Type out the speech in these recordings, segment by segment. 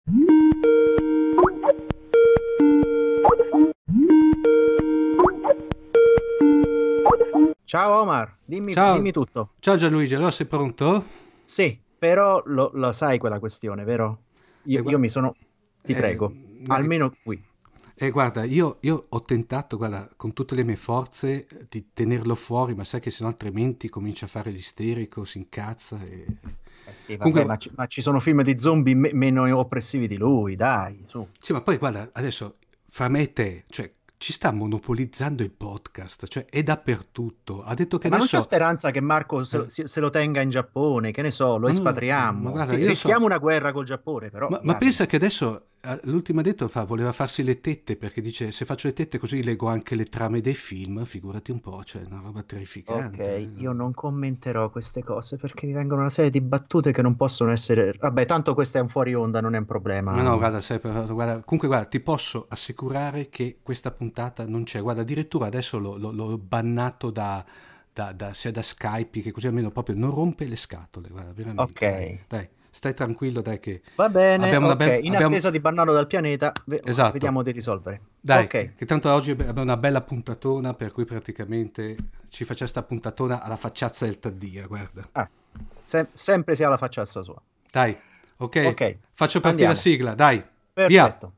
Ciao Omar, dimmi tutto. Ciao Gianluigi, allora sei pronto? Sì, però lo sai quella questione, vero? Io mi sono, ti prego, almeno qui. Guarda, io ho tentato, guarda, con tutte le mie forze di tenerlo fuori, ma sai che se no altrimenti comincia a fare l'isterico, si incazza e... Sì, vabbè, Comunque, ma ci sono film di zombie meno oppressivi di lui, dai, su. sì, ma poi guarda, adesso fra me e te, cioè, ci sta monopolizzando il podcast, cioè è dappertutto. Ha detto che Ma non c'è adesso... speranza che Marco se lo tenga in Giappone, che ne so, lo ma espatriamo. guarda, Sì, io so... rischiamo una guerra col Giappone, però Ma dai. pensa che adesso l'ultima detto voleva farsi le tette perché dice se faccio le tette così leggo anche le trame dei film, figurati un po', cioè è una roba terrificante. Ok, io non commenterò queste cose perché mi vengono una serie di battute che non possono essere... Vabbè, tanto questo è un fuori onda, non è un Ma no, problema. guarda, guarda, comunque guarda, ti posso assicurare che questa puntata non c'è, guarda, addirittura adesso l'ho bannato sia da Skype che così almeno proprio non rompe le scatole, guarda, Ok, veramente, dai, stai tranquillo, dai che va bene, abbiamo una ok. bella... In attesa di bannarlo dal pianeta, Esatto. vediamo di risolvere. Dai, Ok, che tanto oggi abbiamo una bella puntatona, per cui praticamente ci faccia sta puntatona alla facciazza del Taddia, guarda. ah, sempre si ha la facciazza sua. Dai, ok, Ok, faccio partire la andiamo. sigla, dai, via! Perfetto.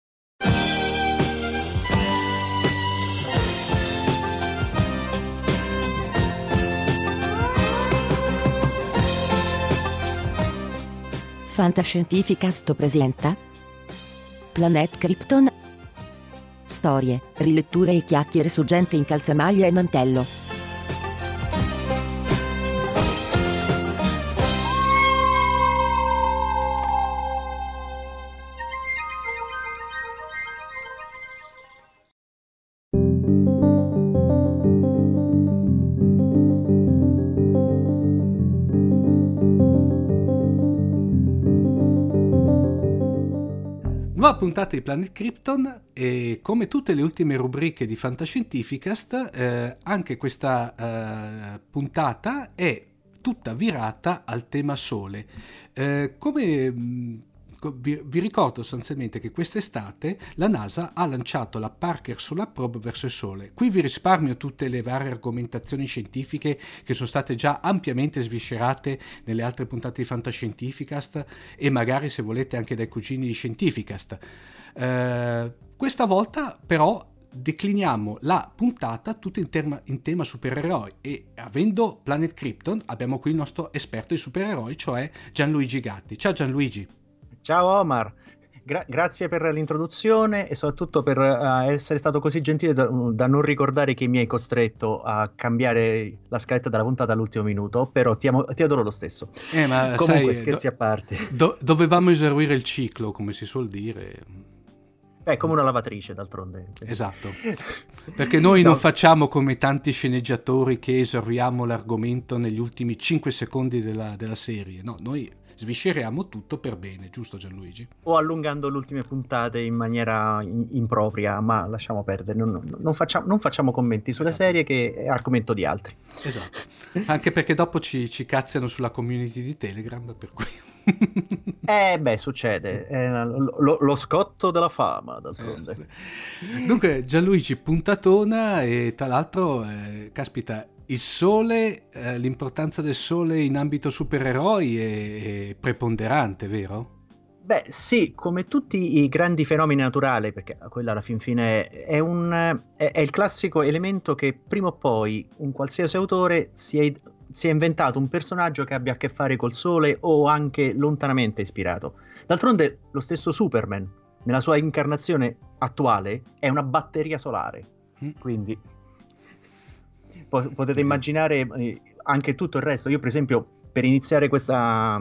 Fantascientificast presenta Planet Krypton. Storie, riletture e chiacchiere su gente in calzamaglia e mantello. Nuova puntata di Planet Krypton e come tutte le ultime rubriche di Fantascientificast, anche questa puntata è tutta virata al tema Sole. Vi ricordo sostanzialmente che quest'estate la NASA ha lanciato la Parker Solar Probe verso il Sole. Qui vi risparmio tutte le varie argomentazioni scientifiche che sono state già ampiamente sviscerate nelle altre puntate di Fantascientificast e magari se volete anche dai cugini di Scientificast. Questa volta però decliniamo la puntata tutta in tema supereroi e avendo Planet Krypton abbiamo qui il nostro esperto di supereroi, cioè Gianluigi Gatti. Ciao Gianluigi. Ciao Omar, grazie per l'introduzione e soprattutto per essere stato così gentile da non ricordare che mi hai costretto a cambiare la scaletta della puntata all'ultimo minuto, però ti adoro lo stesso. Ma Comunque, sai, scherzi a parte. Dovevamo eseguire il ciclo, come si suol dire. Beh, come una lavatrice, d'altronde. Esatto, perché noi non facciamo come tanti sceneggiatori che esauriamo l'argomento negli ultimi 5 secondi della serie, no, noi svisceriamo tutto per bene, giusto Gianluigi? O allungando le ultime puntate in maniera impropria, ma lasciamo perdere, non facciamo commenti sulle serie che è argomento di altri. Esatto, anche perché dopo ci cazziano sulla community di Telegram, per cui... Beh, succede, lo scotto della fama, d'altronde. Dunque Gianluigi, puntatona e tra l'altro, caspita, il sole, l'importanza del sole in ambito supereroi è preponderante, vero? Beh, sì, come tutti i grandi fenomeni naturali, perché quello alla fin fine è il classico elemento che prima o poi un qualsiasi autore si è inventato un personaggio che abbia a che fare col sole o anche lontanamente ispirato. D'altronde lo stesso Superman, nella sua incarnazione attuale, è una batteria solare, quindi potete immaginare anche tutto il resto. Io per esempio, per iniziare questa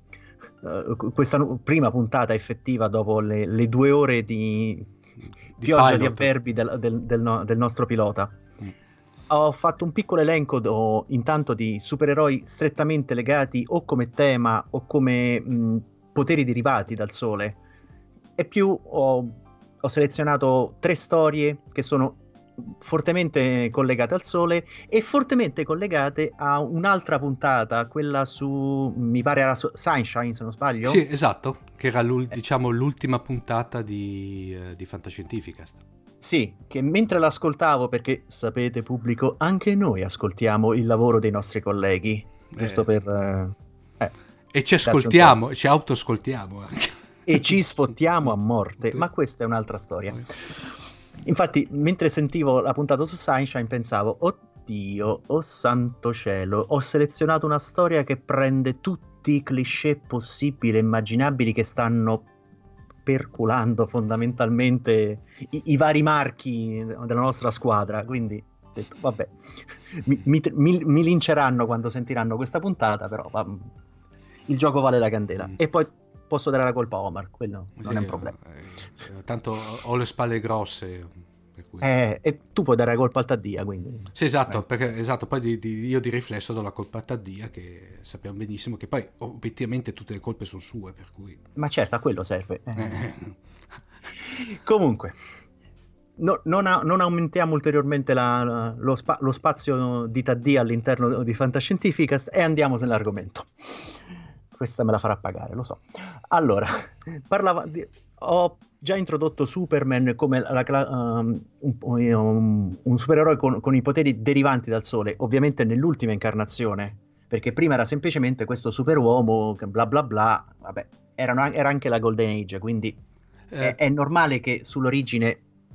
prima puntata effettiva dopo le 2 ore di pioggia di avverbi del nostro pilota, ho fatto un piccolo elenco intanto di supereroi strettamente legati o come tema o come poteri derivati dal sole, e più ho selezionato 3 storie che sono fortemente collegate al Sole e fortemente collegate a un'altra puntata, quella su, mi pare era Sunshine, se non sbaglio. Sì, esatto, che era diciamo l'ultima puntata di Fantascientificast. Sì, che mentre l'ascoltavo, perché sapete pubblico, anche noi ascoltiamo il lavoro dei nostri colleghi, giusto per... e ci ascoltiamo, ci autoascoltiamo anche. E ci sfottiamo a morte, ma questa è un'altra storia. Infatti, mentre sentivo la puntata su Sunshine, pensavo, oddio, oh santo cielo, ho selezionato una storia che prende tutti i cliché possibili e immaginabili che stanno perculando fondamentalmente i vari marchi della nostra squadra, quindi ho detto, vabbè, mi linceranno quando sentiranno questa puntata, però il gioco vale la candela. E poi posso dare la colpa a Omar, quello non è un problema. Tanto ho le spalle grosse. Per cui... e tu puoi dare la colpa al Taddia, quindi... Sì, esatto, perché poi io di riflesso do la colpa a Taddia, che sappiamo benissimo che poi obiettivamente tutte le colpe sono sue, per cui... Ma certo, a quello serve. Comunque, non aumentiamo ulteriormente lo spazio di Taddia all'interno di Fantascientificast e andiamo nell'argomento. Questa me la farà pagare, lo so. Allora, ho già introdotto Superman come un supereroe con i poteri derivanti dal Sole, ovviamente nell'ultima incarnazione, perché prima era semplicemente questo superuomo, bla bla bla, vabbè, era anche la Golden Age, quindi è normale che sull'origine...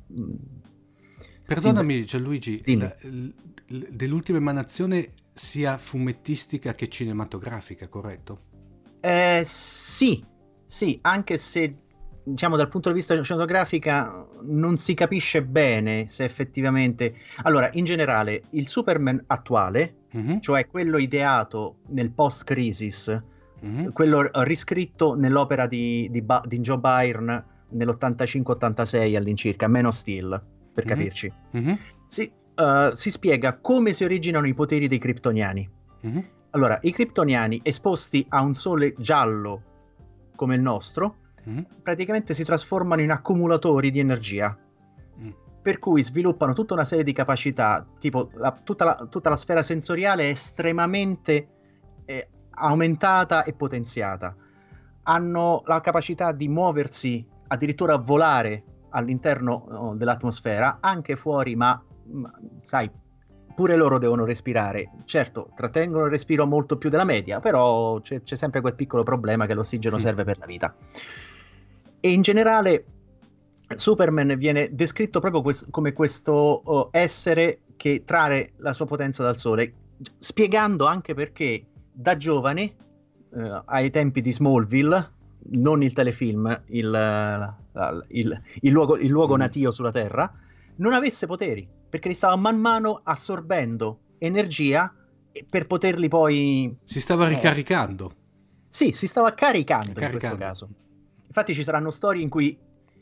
Perdonami Gianluigi, dell'ultima emanazione sia fumettistica che cinematografica, corretto? Sì, anche se diciamo dal punto di vista cinematografica non si capisce bene se effettivamente... Allora, in generale, il Superman attuale, cioè quello ideato nel post-crisis, quello riscritto nell'opera di Joe Byrne nell'85-86 all'incirca, Man of Steel, per capirci, si spiega come si originano i poteri dei kryptoniani. Allora, i kryptoniani esposti a un sole giallo come il nostro, praticamente si trasformano in accumulatori di energia, per cui sviluppano tutta una serie di capacità, tipo tutta la sfera sensoriale è estremamente aumentata e potenziata. Hanno la capacità di muoversi, addirittura volare all'interno dell'atmosfera, anche fuori, ma sai, pure loro devono respirare. Certo, trattengono il respiro molto più della media, però c'è sempre quel piccolo problema che l'ossigeno serve per la vita. E in generale Superman viene descritto proprio come questo essere che trae la sua potenza dal sole, spiegando anche perché da giovane, ai tempi di Smallville, non il telefilm, il luogo natio sulla Terra, non avesse poteri, perché li stava man mano assorbendo energia per poterli poi... Si stava ricaricando. Sì, si stava caricando in questo caso. Infatti ci saranno storie in cui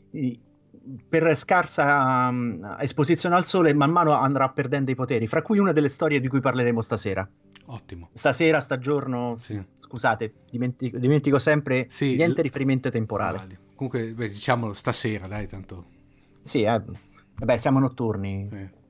per scarsa esposizione al sole man mano andrà perdendo i poteri, fra cui una delle storie di cui parleremo stasera. Ottimo. Stasera, stagiorno, sì. Scusate, dimentico sempre, niente riferimento temporale. Comunque, diciamolo stasera, dai, tanto... Sì, vabbè, siamo notturni.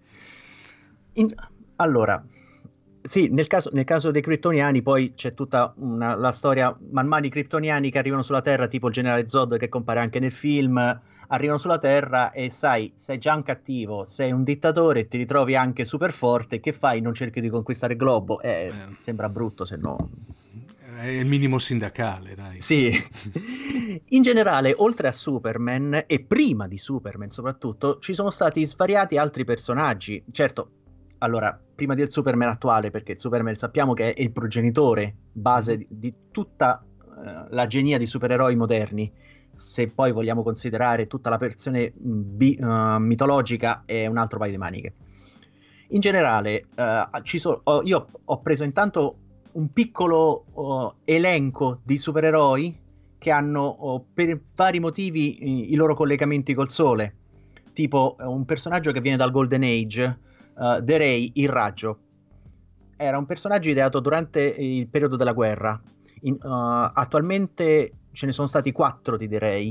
Allora, sì, nel caso dei kryptoniani poi c'è tutta la storia, man mano i kryptoniani che arrivano sulla Terra, tipo il generale Zod che compare anche nel film, arrivano sulla Terra e sai, sei già un cattivo, sei un dittatore e ti ritrovi anche super forte, che fai? Non cerchi di conquistare il globo? Sembra brutto se no... È il minimo sindacale, dai. Sì. In generale, oltre a Superman, e prima di Superman soprattutto, ci sono stati svariati altri personaggi. Certo, allora, prima del Superman attuale, perché Superman sappiamo che è il progenitore base di tutta la genia di supereroi moderni. Se poi vogliamo considerare tutta la versione mitologica, è un altro paio di maniche. In generale, io ho preso intanto un piccolo elenco di supereroi che hanno per vari motivi i loro collegamenti col Sole, tipo un personaggio che viene dal Golden Age, The Ray, il Raggio. Era un personaggio ideato durante il periodo della guerra. Attualmente ce ne sono stati 4 di The Ray,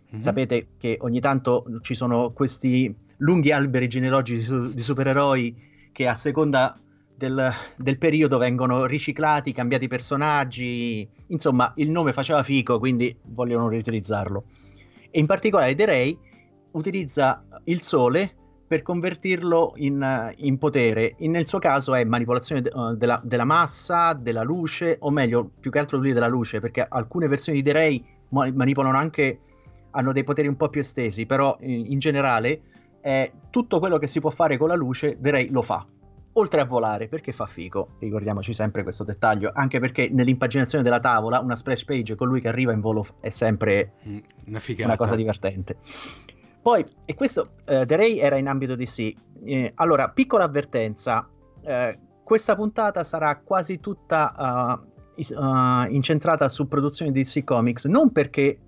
Sapete che ogni tanto ci sono questi lunghi alberi genealogici di supereroi che a seconda del periodo vengono riciclati, cambiati personaggi, insomma il nome faceva fico, quindi vogliono riutilizzarlo. E in particolare The Ray utilizza il sole per convertirlo in potere. Nel suo caso è manipolazione della massa, della luce, o meglio, più che altro lui della luce, perché alcune versioni di The Ray manipolano anche, hanno dei poteri un po' più estesi, però in generale tutto quello che si può fare con la luce The Ray lo fa, oltre a volare, perché fa figo, ricordiamoci sempre questo dettaglio, anche perché nell'impaginazione della tavola una splash page con lui che arriva in volo è sempre una figata, una cosa divertente. Poi, e questo The Ray era in ambito DC. Allora, piccola avvertenza, questa puntata sarà quasi tutta incentrata su produzioni di DC Comics, non perché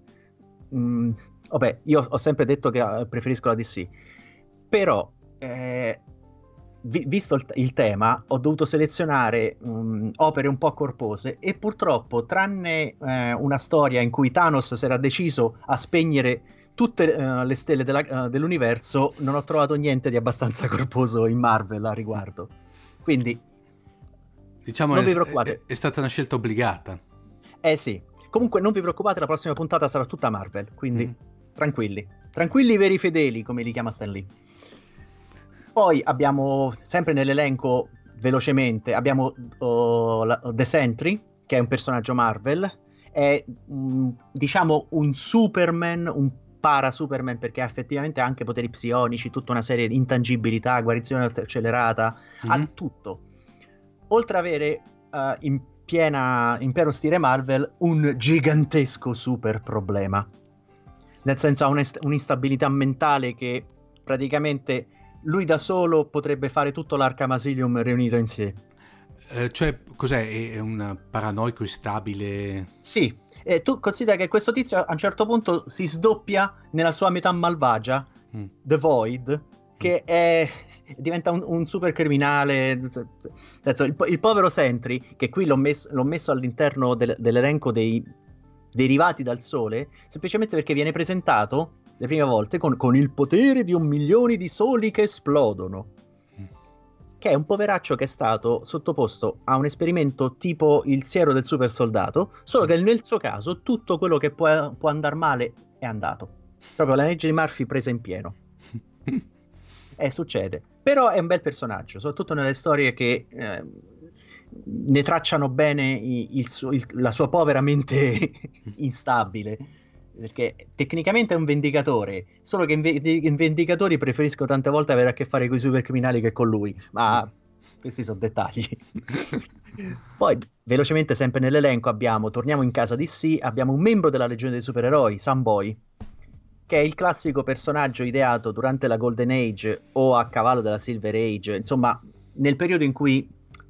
vabbè, io ho sempre detto che preferisco la DC, però visto il tema ho dovuto selezionare opere un po' corpose e purtroppo, tranne una storia in cui Thanos si era deciso a spegnere tutte le stelle dell'universo, non ho trovato niente di abbastanza corposo in Marvel a riguardo. Quindi diciamo non vi preoccupate. È stata una scelta obbligata. Sì. Comunque non vi preoccupate, la prossima puntata sarà tutta Marvel, quindi tranquilli veri fedeli, come li chiama Stan Lee. Poi abbiamo sempre nell'elenco, velocemente, abbiamo The Sentry, che è un personaggio Marvel, è diciamo un Superman, un para-Superman, perché ha effettivamente anche poteri psionici, tutta una serie di intangibilità, guarigione accelerata, ha tutto. Oltre ad avere in pieno stile Marvel un gigantesco super problema, nel senso ha un'instabilità mentale che praticamente lui da solo potrebbe fare tutto l'Arkham Asylum riunito in sé. Cioè, cos'è? È un paranoico instabile? Sì, tu considera che questo tizio a un certo punto si sdoppia nella sua metà malvagia, The Void, che diventa un super criminale. Il povero Sentry, che qui l'ho messo all'interno dell'elenco dei derivati dal sole, semplicemente perché viene presentato le prime volte con il potere di 1 milione di soli che esplodono, che è un poveraccio che è stato sottoposto a un esperimento tipo il siero del super soldato, solo che nel suo caso tutto quello che può andare male è andato, proprio la legge di Murphy presa in pieno. Succede, però è un bel personaggio, soprattutto nelle storie che ne tracciano bene la sua povera mente instabile, perché tecnicamente è un vendicatore, solo che in vendicatori preferisco tante volte avere a che fare con i supercriminali che con lui, ma questi sono dettagli. Poi velocemente, sempre nell'elenco, torniamo in casa DC, abbiamo un membro della Legione dei Supereroi, Sunboy, che è il classico personaggio ideato durante la Golden Age o a cavallo della Silver Age, insomma nel periodo in cui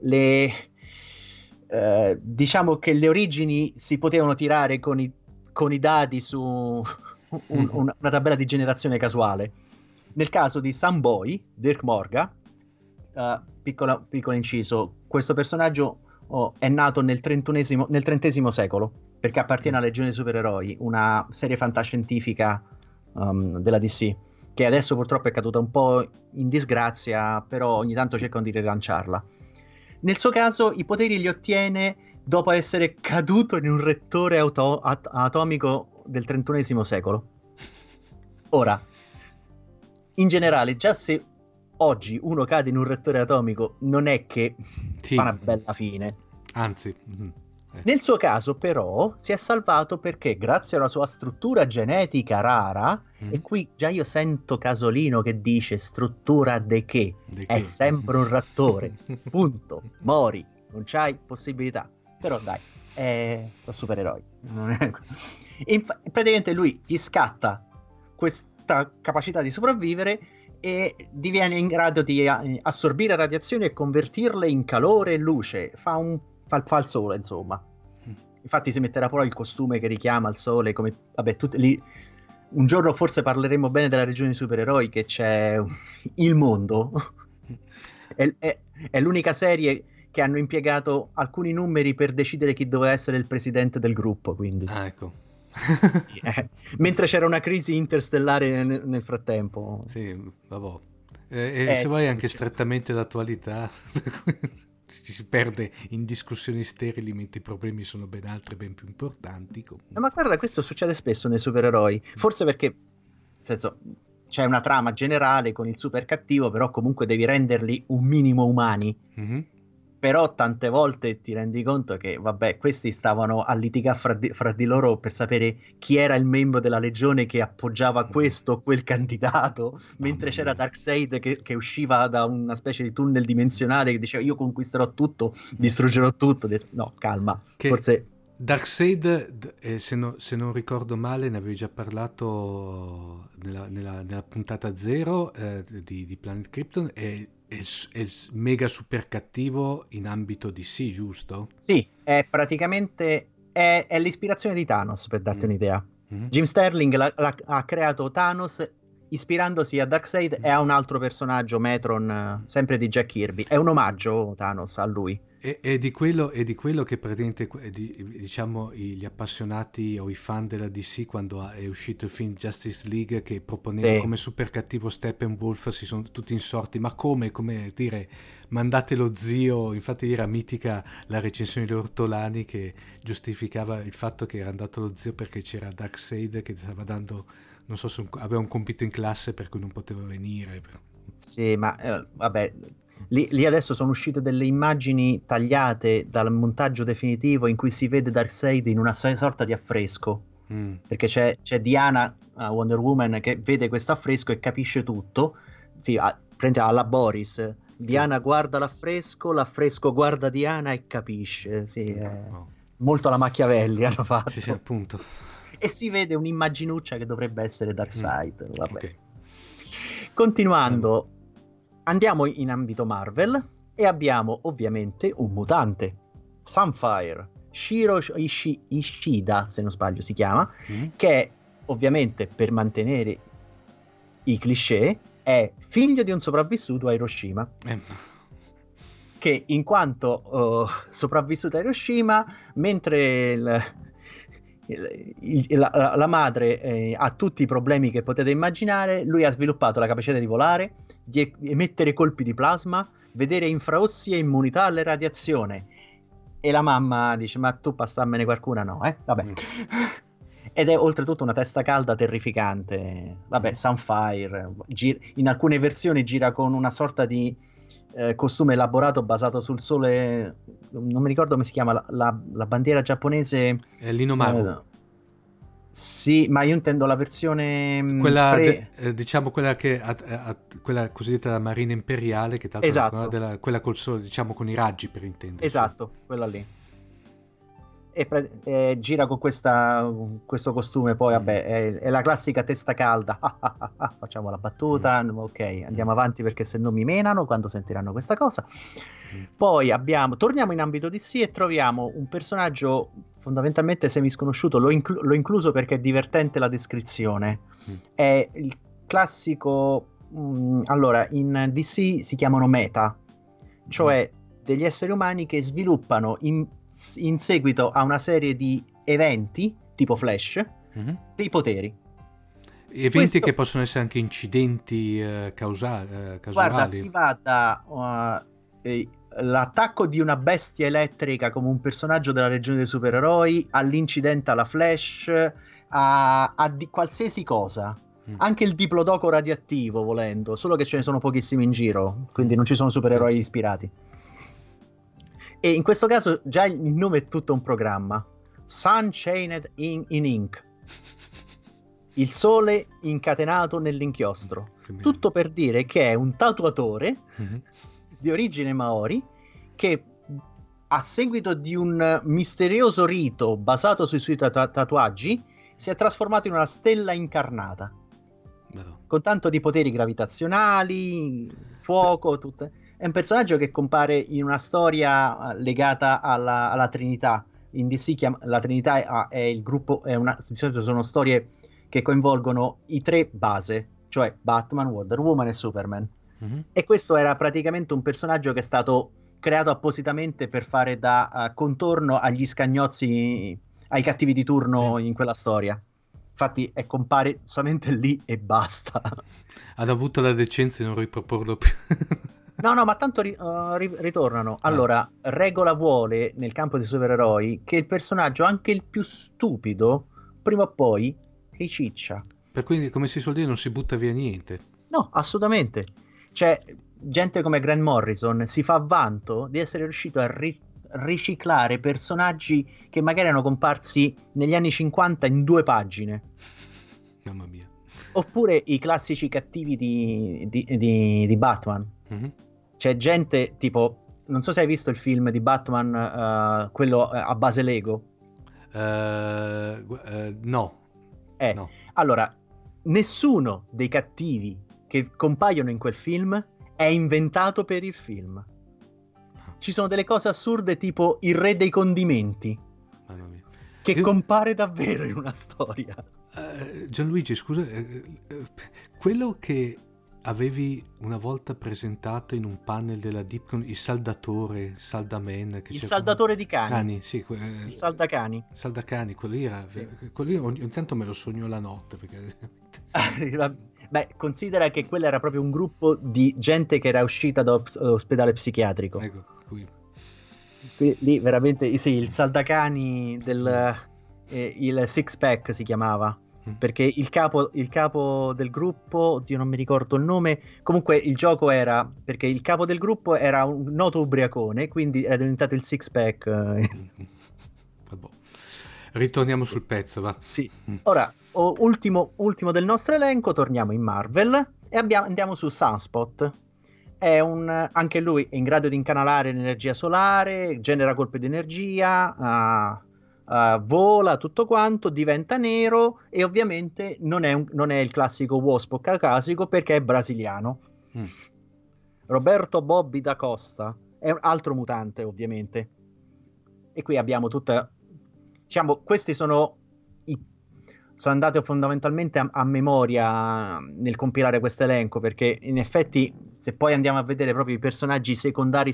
diciamo che le origini si potevano tirare con i dadi su una tabella di generazione casuale. Nel caso di Sunboy, Dirk Morga, piccolo inciso, questo personaggio è nato nel XX secolo, perché appartiene alla Legione dei Supereroi, una serie fantascientifica della DC, che adesso purtroppo è caduta un po' in disgrazia, però ogni tanto cercano di rilanciarla. Nel suo caso i poteri li ottiene dopo essere caduto in un rettore atomico del XXI secolo. Ora, in generale, già se oggi uno cade in un rettore atomico non è che fa una bella fine. Anzi. Nel suo caso però si è salvato perché grazie alla sua struttura genetica rara, e qui già io sento Casolino che dice struttura de che? È sempre un rettore, punto, mori, non c'hai possibilità, però dai, sono supereroi. Praticamente lui gli scatta questa capacità di sopravvivere e diviene in grado di assorbire radiazioni e convertirle in calore e luce, fa il sole, insomma. Infatti si metterà poi il costume che richiama il sole, come vabbè, lì un giorno forse parleremo bene della Regione dei Supereroi, che c'è Il Mondo. è l'unica serie che hanno impiegato alcuni numeri per decidere chi doveva essere il presidente del gruppo, quindi. Ecco. Sì, mentre c'era una crisi interstellare nel frattempo. Sì, vabbè. E se vuoi anche strettamente l'attualità, ci si perde in discussioni sterili mentre i problemi sono ben altri, ben più importanti. Ma guarda, questo succede spesso nei supereroi, forse perché, nel senso, c'è una trama generale con il super cattivo, però comunque devi renderli un minimo umani. Mm-hmm. Però tante volte ti rendi conto che, vabbè, questi stavano a litigare fra di loro per sapere chi era il membro della legione che appoggiava questo o quel candidato, mentre c'era Darkseid che usciva da una specie di tunnel dimensionale che diceva io conquisterò tutto, distruggerò tutto. No, calma, forse... Darkseid, se non ricordo male, ne avevi già parlato nella puntata 0 di Planet Krypton, è il mega super cattivo in ambito DC, giusto? Sì, è praticamente è l'ispirazione di Thanos, per darti un'idea. Mm-hmm. Jim Sterling ha creato Thanos ispirandosi a Darkseid e a un altro personaggio, Metron, sempre di Jack Kirby. È un omaggio Thanos a lui. E di quello che praticamente diciamo gli appassionati o i fan della DC, quando è uscito il film Justice League che proponeva come super cattivo Steppenwolf, si sono tutti insorti, ma come dire, mandate lo zio. Infatti era mitica la recensione di Ortolani che giustificava il fatto che era andato lo zio perché c'era Darkseid che stava dando, non so se aveva un compito in classe per cui non poteva venire. Sì, ma vabbè, lì adesso sono uscite delle immagini tagliate dal montaggio definitivo in cui si vede Darkseid in una sorta di affresco, perché c'è Diana, Wonder Woman, che vede questo affresco e capisce tutto. Sì, alla Boris, Diana guarda l'affresco guarda Diana e capisce. Sì, molto alla Machiavelli hanno fatto. Sì, appunto. E si vede un'immaginuccia che dovrebbe essere Darkseid. Vabbè. Okay. Continuando, andiamo in ambito Marvel e abbiamo ovviamente un mutante, Sunfire, Shiro Ishida, se non sbaglio si chiama, che ovviamente, per mantenere i cliché, è figlio di un sopravvissuto a Hiroshima. Che in quanto sopravvissuto a Hiroshima, mentre la madre ha tutti i problemi che potete immaginare, lui ha sviluppato la capacità di volare, di emettere colpi di plasma, vedere infrarossi e immunità alle radiazioni. E la mamma dice: ma tu passammene qualcuna? No, vabbè. Ed è oltretutto una testa calda terrificante. Vabbè, Sunfire in alcune versioni gira con una sorta di costume elaborato basato sul sole. Non mi ricordo come si chiama la bandiera giapponese. L'Inomaru. Sì, ma io intendo la versione quella diciamo quella che quella cosiddetta Marina Imperiale, che tanto esatto. quella col sole, diciamo con i raggi, per intendere. Esatto, quella lì. E gira con questo costume, poi vabbè, è la classica testa calda. Facciamo la battuta, ok, andiamo avanti perché se no mi menano quando sentiranno questa cosa. Poi torniamo in ambito DC e troviamo un personaggio fondamentalmente semisconosciuto. L'ho incluso perché è divertente la descrizione. È il classico allora, in DC si chiamano meta, cioè degli esseri umani che sviluppano in seguito a una serie di eventi tipo Flash dei poteri. Eventi che possono essere anche incidenti casuali. Guarda, si va da l'attacco di una bestia elettrica come un personaggio della Legione dei Supereroi, all'incidente alla Flash, a qualsiasi cosa. Anche il diplodoco radioattivo, volendo, solo che ce ne sono pochissimi in giro, quindi non ci sono supereroi ispirati. E in questo caso già il nome è tutto un programma. Sun Chained in Ink. Il sole incatenato nell'inchiostro. Tutto per dire che è un tatuatore di origine maori che, a seguito di un misterioso rito basato sui suoi tatuaggi, si è trasformato in una stella incarnata. Con tanto di poteri gravitazionali, fuoco, tutte. È un personaggio che compare in una storia legata alla Trinità. In DC la Trinità è il gruppo, di solito sono storie che coinvolgono i tre base, cioè Batman, Wonder Woman e Superman. E questo era praticamente un personaggio che è stato creato appositamente per fare da contorno agli scagnozzi ai cattivi di turno in quella storia. Infatti compare solamente lì e basta. Hanno avuto la decenza di non riproporlo più. No, ma tanto ritornano. Allora, regola vuole nel campo dei supereroi che il personaggio, anche il più stupido, prima o poi riciccia. Per cui, come si suol dire, non si butta via niente. No, assolutamente. Cioè, gente come Grant Morrison si fa vanto di essere riuscito a riciclare personaggi che magari erano comparsi negli anni 50 in 2 pagine. Mamma mia. Oppure i classici cattivi di Batman. Mm-hmm. C'è gente tipo, non so se hai visto il film di Batman, quello a base Lego. No. No. Allora, nessuno dei cattivi che compaiono in quel film è inventato per il film. Ci sono delle cose assurde tipo il re dei condimenti, mamma mia, che compare davvero in una storia. Gianluigi, scusa, quello che avevi una volta presentato in un panel della Deepcon, il saldatore, Saldaman, il saldatore di cani. Sì, il saldacani. Saldacani, quello era, sì. Quello io ogni tanto me lo sogno la notte perché... Beh, considera che quello era proprio un gruppo di gente che era uscita da ospedale psichiatrico. Ecco, qui lì veramente, sì, il Saldacani il Six Pack si chiamava. Perché il capo del gruppo, oddio non mi ricordo il nome, comunque il gioco era, perché il capo del gruppo era un noto ubriacone, quindi era diventato il Six Pack. Vabbè. Ritorniamo sul pezzo, va. Sì. Ora, ultimo del nostro elenco, torniamo in Marvel e andiamo su Sunspot. Anche lui è in grado di incanalare l'energia solare, genera colpi di energia, vola, tutto quanto, diventa nero e ovviamente non è il classico Wasp caucasico perché è brasiliano. Roberto Bobby da Costa è un altro mutante ovviamente. E qui abbiamo tutta, diciamo, questi sono andati fondamentalmente a memoria nel compilare questo elenco, perché in effetti se poi andiamo a vedere proprio i personaggi secondari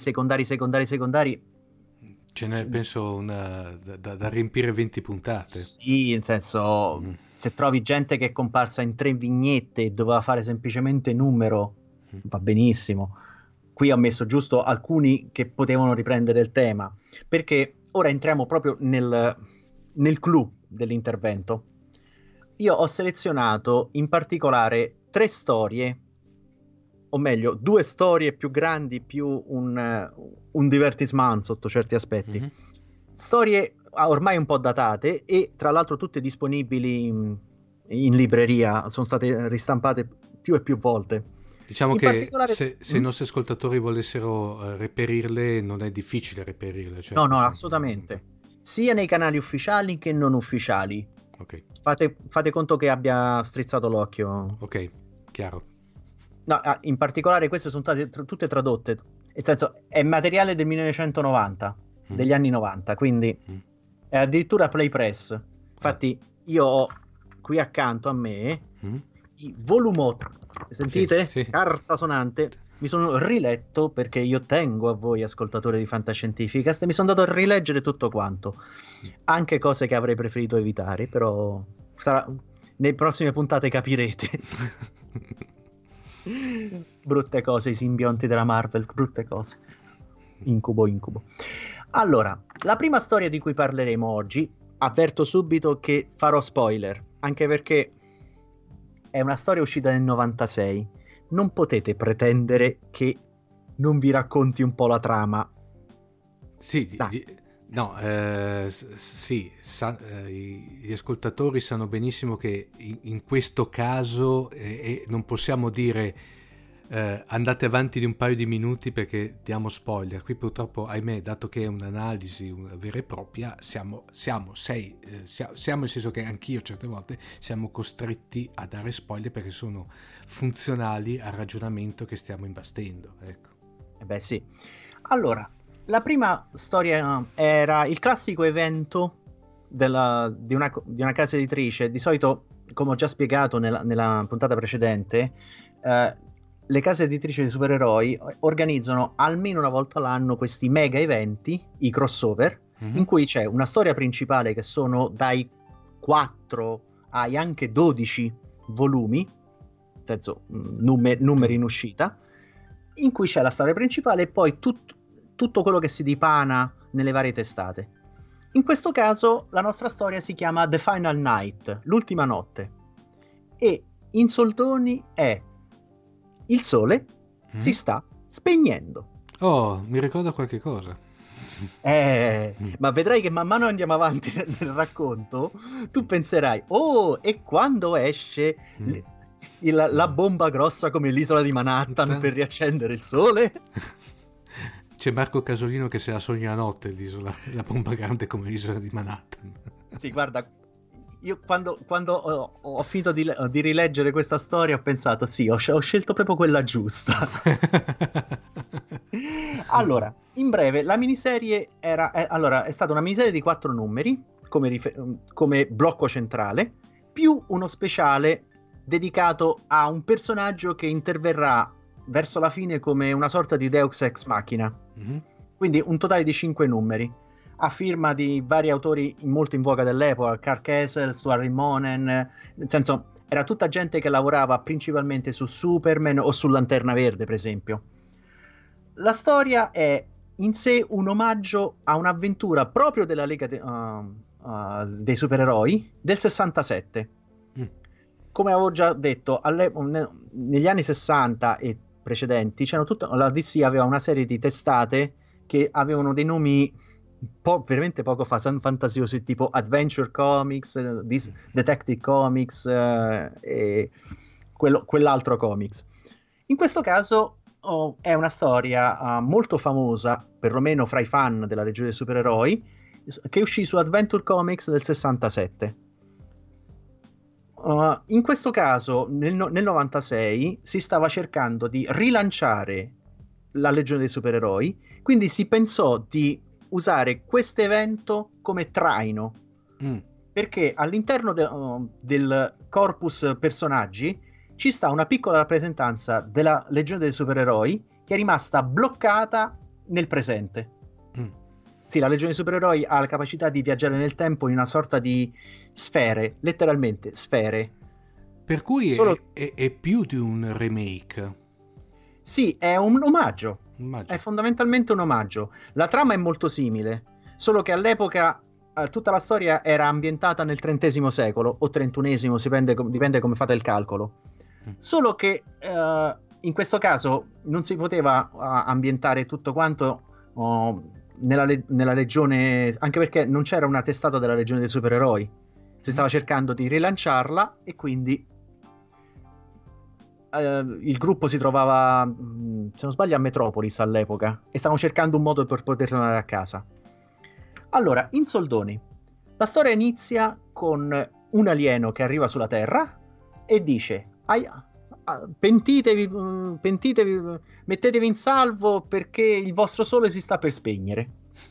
ce n'è penso da riempire 20 puntate. Sì, nel senso, se trovi gente che è comparsa in 3 vignette e doveva fare semplicemente numero, va benissimo. Qui ho messo giusto alcuni che potevano riprendere il tema, perché ora entriamo proprio nel clou dell'intervento. Io ho selezionato in particolare 3 storie, o meglio 2 storie più grandi più un divertissement sotto certi aspetti. Storie ormai un po' datate e tra l'altro tutte disponibili in libreria, sono state ristampate più e più volte. Diciamo in che se i nostri ascoltatori volessero reperirle, non è difficile reperirle. Cioè no, assolutamente. Sia nei canali ufficiali che non ufficiali. Ok. Fate conto che abbia strizzato l'occhio. Ok, chiaro. No, in particolare queste sono state tutte tradotte. Nel senso, è materiale del 1990, degli anni 90, quindi è addirittura Play Press. Infatti io ho qui accanto a me i volumotti. Sentite? Sì. Carta sonante. Mi sono riletto, perché io tengo a voi ascoltatori di Fantascientificast, e mi sono andato a rileggere tutto quanto. Anche cose che avrei preferito evitare, però nelle prossime puntate capirete. Brutte cose, i simbionti della Marvel, brutte cose. Incubo. Allora, la prima storia di cui parleremo oggi, avverto subito che farò spoiler, anche perché è una storia uscita nel 96. Non potete pretendere che non vi racconti un po' la trama. Sì, gli ascoltatori sanno benissimo che in questo caso non possiamo dire andate avanti di un paio di minuti perché diamo spoiler. Qui purtroppo, ahimè, dato che è un'analisi vera e propria, siamo nel senso che anch'io certe volte siamo costretti a dare spoiler perché sono funzionali al ragionamento che stiamo imbastendo, ecco. Beh sì. Allora, la prima storia era il classico evento di una casa editrice. Di solito, come ho già spiegato nella puntata precedente, le case editrici di supereroi organizzano almeno una volta all'anno questi mega eventi, i crossover, in cui c'è una storia principale che sono dai 4 ai anche 12 volumi, nel senso numeri in uscita, in cui c'è la storia principale e poi tutto quello che si dipana nelle varie testate. In questo caso la nostra storia si chiama The Final Night, l'ultima notte, e in soldoni è il sole si sta spegnendo. Oh, mi ricorda qualche cosa. Ma vedrai che man mano andiamo avanti nel racconto, tu penserai, oh, e quando esce la bomba grossa come l'isola di Manhattan per riaccendere il sole? C'è Marco Casolino che se la sogna a notte l'isola, la bomba grande come l'isola di Manhattan. Sì, guarda, io quando ho finito di rileggere questa storia ho pensato, sì, ho scelto proprio quella giusta. Allora, in breve, la miniserie è stata una miniserie di 4 numeri come blocco centrale, più uno speciale dedicato a un personaggio che interverrà verso la fine come una sorta di Deus Ex Machina. Quindi un totale di 5 numeri a firma di vari autori molto in voga dell'epoca, Karl Kesel, Stuart Immonen, nel senso era tutta gente che lavorava principalmente su Superman o su Lanterna Verde, per esempio. La storia è in sé un omaggio a un'avventura proprio della Lega dei Supereroi del 67. Come avevo già detto, negli anni 60 e precedenti la DC aveva una serie di testate che avevano dei nomi veramente poco fantasiosi, tipo Adventure Comics, Detective Comics e quell'altro comics. In questo caso è una storia molto famosa, perlomeno fra i fan della Legione dei Supereroi, che uscì su Adventure Comics nel 67. In questo caso, nel 96, si stava cercando di rilanciare la Legione dei Supereroi, quindi si pensò di usare questo evento come traino, perché all'interno del corpus personaggi ci sta una piccola rappresentanza della Legione dei Supereroi che è rimasta bloccata nel presente. Sì, la Legione dei Supereroi ha la capacità di viaggiare nel tempo in una sorta di sfere, letteralmente sfere. Per cui è più di un remake. Sì, è un omaggio. È fondamentalmente un omaggio. La trama è molto simile, solo che all'epoca tutta la storia era ambientata nel XX secolo o XXI, dipende come fate il calcolo. Solo che in questo caso non si poteva ambientare tutto quanto nella legione, anche perché non c'era una testata della Legione dei Supereroi. Si stava cercando di rilanciarla e quindi il gruppo si trovava, se non sbaglio, a Metropolis all'epoca e stavano cercando un modo per poter tornare a casa. Allora, in soldoni, la storia inizia con un alieno che arriva sulla Terra e dice: pentitevi, mettetevi in salvo perché il vostro sole si sta per spegnere.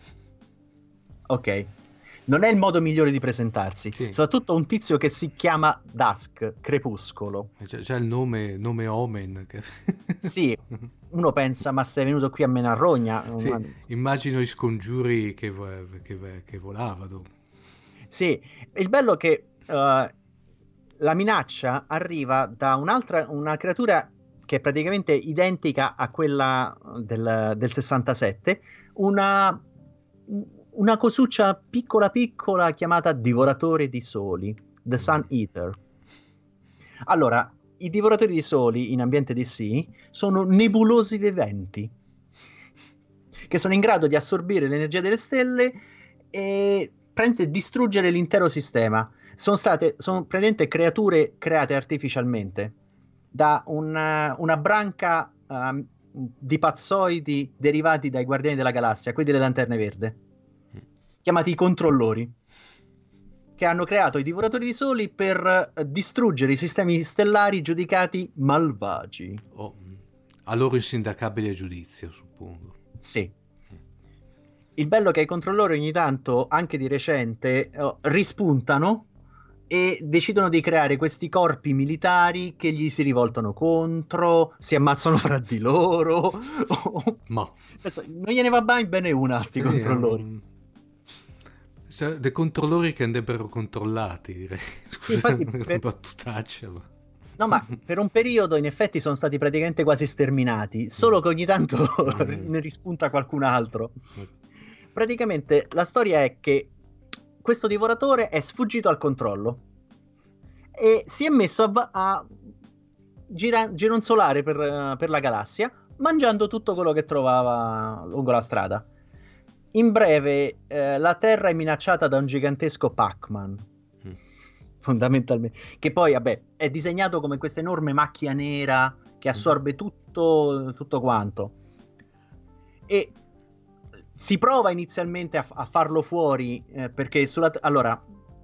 Ok, non è il modo migliore di presentarsi, sì. Soprattutto un tizio che si chiama Dusk, crepuscolo. C'è il nome Omen. Sì, uno pensa, ma sei venuto qui a menarrogna? Sì, immagino i scongiuri che volavano. Sì, il bello è che la minaccia arriva da una creatura che è praticamente identica a quella del 67, una cosuccia piccola piccola chiamata Divoratore di Soli, The Sun Eater. Allora, i Divoratori di Soli in ambiente DC sono nebulosi viventi che sono in grado di assorbire l'energia delle stelle e distruggere l'intero sistema. Sono praticamente creature create artificialmente da una branca di pazzoidi derivati dai Guardiani della Galassia, quelli delle Lanterne Verde, chiamati i Controllori, che hanno creato i Divoratori di Soli per distruggere i sistemi stellari giudicati malvagi. A loro insindacabili a giudizio, suppongo. Sì. Il bello è che i Controllori ogni tanto, anche di recente, rispuntano e decidono di creare questi corpi militari che gli si rivoltano contro, si ammazzano fra di loro. Ma non gliene va mai bene una a sti controllori. dei controllori che andrebbero controllati, direi. Sì, infatti, una battutaccia, ma... No, ma per un periodo in effetti sono stati praticamente quasi sterminati, solo che ogni tanto ne rispunta qualcun altro. Praticamente la storia è che questo divoratore è sfuggito al controllo e si è messo a gironzolare per la galassia, mangiando tutto quello che trovava lungo la strada. In breve, la Terra è minacciata da un gigantesco Pac-Man, fondamentalmente, che poi, vabbè, è disegnato come questa enorme macchia nera che assorbe tutto quanto. E si prova inizialmente a farlo fuori, perché allora,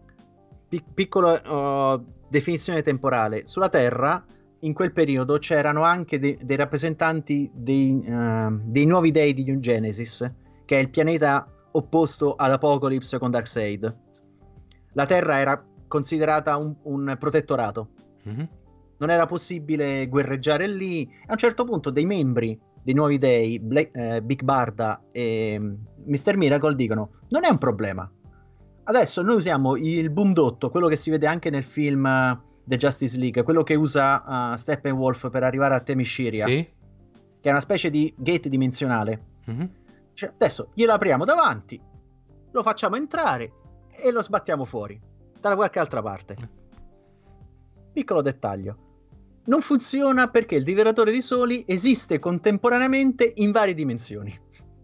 piccola definizione temporale, sulla Terra in quel periodo c'erano anche dei rappresentanti dei nuovi dei di New Genesis, che è il pianeta opposto ad Apocalypse con Darkseid. La Terra era considerata un protettorato. Non era possibile guerreggiare lì. A un certo punto dei membri dei nuovi dei, Big Barda e Mr. Miracle, dicono: non è un problema, adesso noi usiamo il Boom-Dotto, quello che si vede anche nel film The Justice League, quello che usa Steppenwolf per arrivare a Themyscira, sì? Che è una specie di gate dimensionale. Cioè, adesso glielo apriamo davanti, lo facciamo entrare e lo sbattiamo fuori da qualche altra parte. Piccolo dettaglio: non funziona perché il divoratore di soli esiste contemporaneamente in varie dimensioni.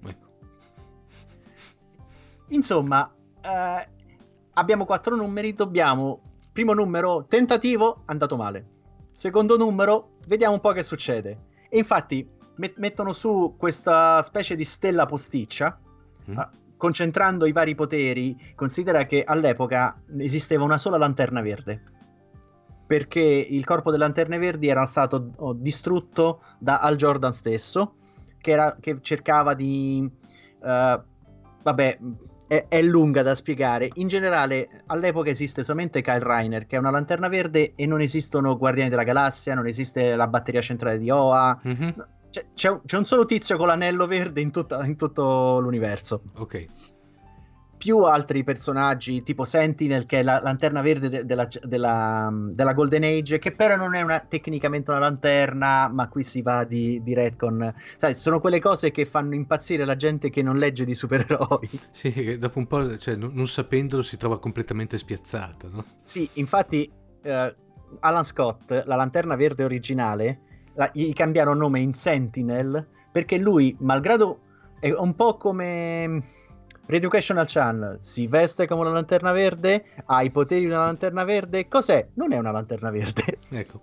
Insomma, abbiamo 4 numeri, primo numero, tentativo, andato male. Secondo numero, vediamo un po' che succede. E infatti mettono su questa specie di stella posticcia, concentrando i vari poteri. Considera che all'epoca esisteva una sola lanterna verde, perché il corpo delle lanterne verdi era stato distrutto da Hal Jordan stesso, che cercava di... vabbè, è lunga da spiegare. In generale, all'epoca esiste solamente Kyle Rayner, che è una lanterna verde, e non esistono Guardiani della Galassia, non esiste la batteria centrale di Oa. C'è un solo tizio con l'anello verde in tutto l'universo. Ok. Più altri personaggi, tipo Sentinel, che è la lanterna verde della Golden Age, che però non è tecnicamente una lanterna, ma qui si va di retcon. Sai, sono quelle cose che fanno impazzire la gente che non legge di supereroi. Sì, che dopo un po', cioè, non sapendolo, si trova completamente spiazzata, no? Sì, infatti Alan Scott, la lanterna verde originale, gli cambiarono nome in Sentinel, perché lui, malgrado è un po' come Reeducational Channel, si veste come una lanterna verde, ha i poteri di una lanterna verde. Cos'è? Non è una lanterna verde. Ecco.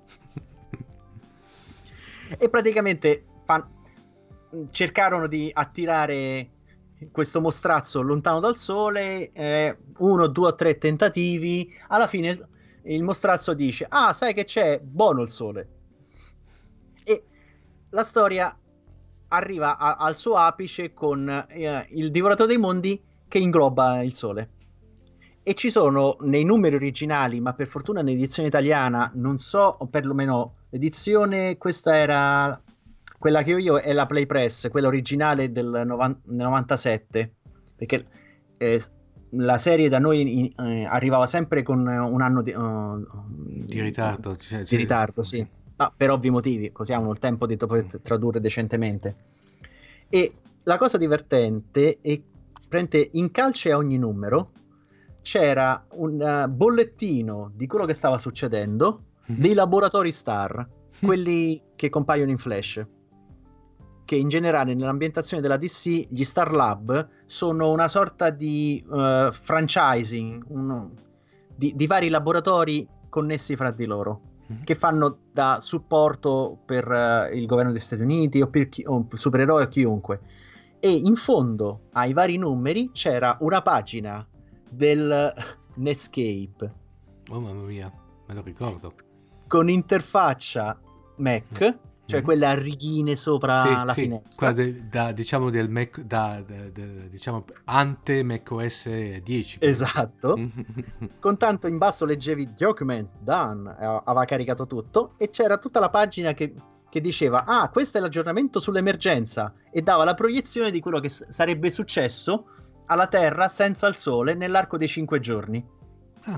E praticamente cercarono di attirare questo mostrazzo lontano dal sole, 1, 2 o 3 tentativi. Alla fine il mostrazzo dice: ah, sai che c'è? Buono il sole. E la storia arriva al suo apice con il Divoratore dei Mondi che ingloba il sole. E ci sono nei numeri originali, ma per fortuna nell'edizione italiana, non so, o perlomeno l'edizione, questa era quella che ho io, è la Play Press, quella originale del 97, perché la serie da noi arrivava sempre con un anno di ritardo. Di ritardo, sì. Ma per ovvi motivi, così hanno il tempo di poter tradurre decentemente. E la cosa divertente è che in calce a ogni numero c'era un bollettino di quello che stava succedendo dei laboratori Star, quelli che compaiono in Flash, che in generale nell'ambientazione della DC gli Star Lab sono una sorta di franchising di vari laboratori connessi fra di loro, che fanno da supporto per il governo degli Stati Uniti o per supereroi o chiunque. E in fondo ai vari numeri c'era una pagina del Netscape. Oh mamma mia, me lo ricordo. Con interfaccia Mac, cioè quelle a righine sopra la finestra. Quella diciamo del Mac, diciamo ante Mac OS 10. Esatto. Con tanto in basso leggevi document done, aveva caricato tutto, e c'era tutta la pagina che diceva: ah, questo è l'aggiornamento sull'emergenza, e dava la proiezione di quello che sarebbe successo alla Terra senza il Sole nell'arco dei 5 giorni. Ah.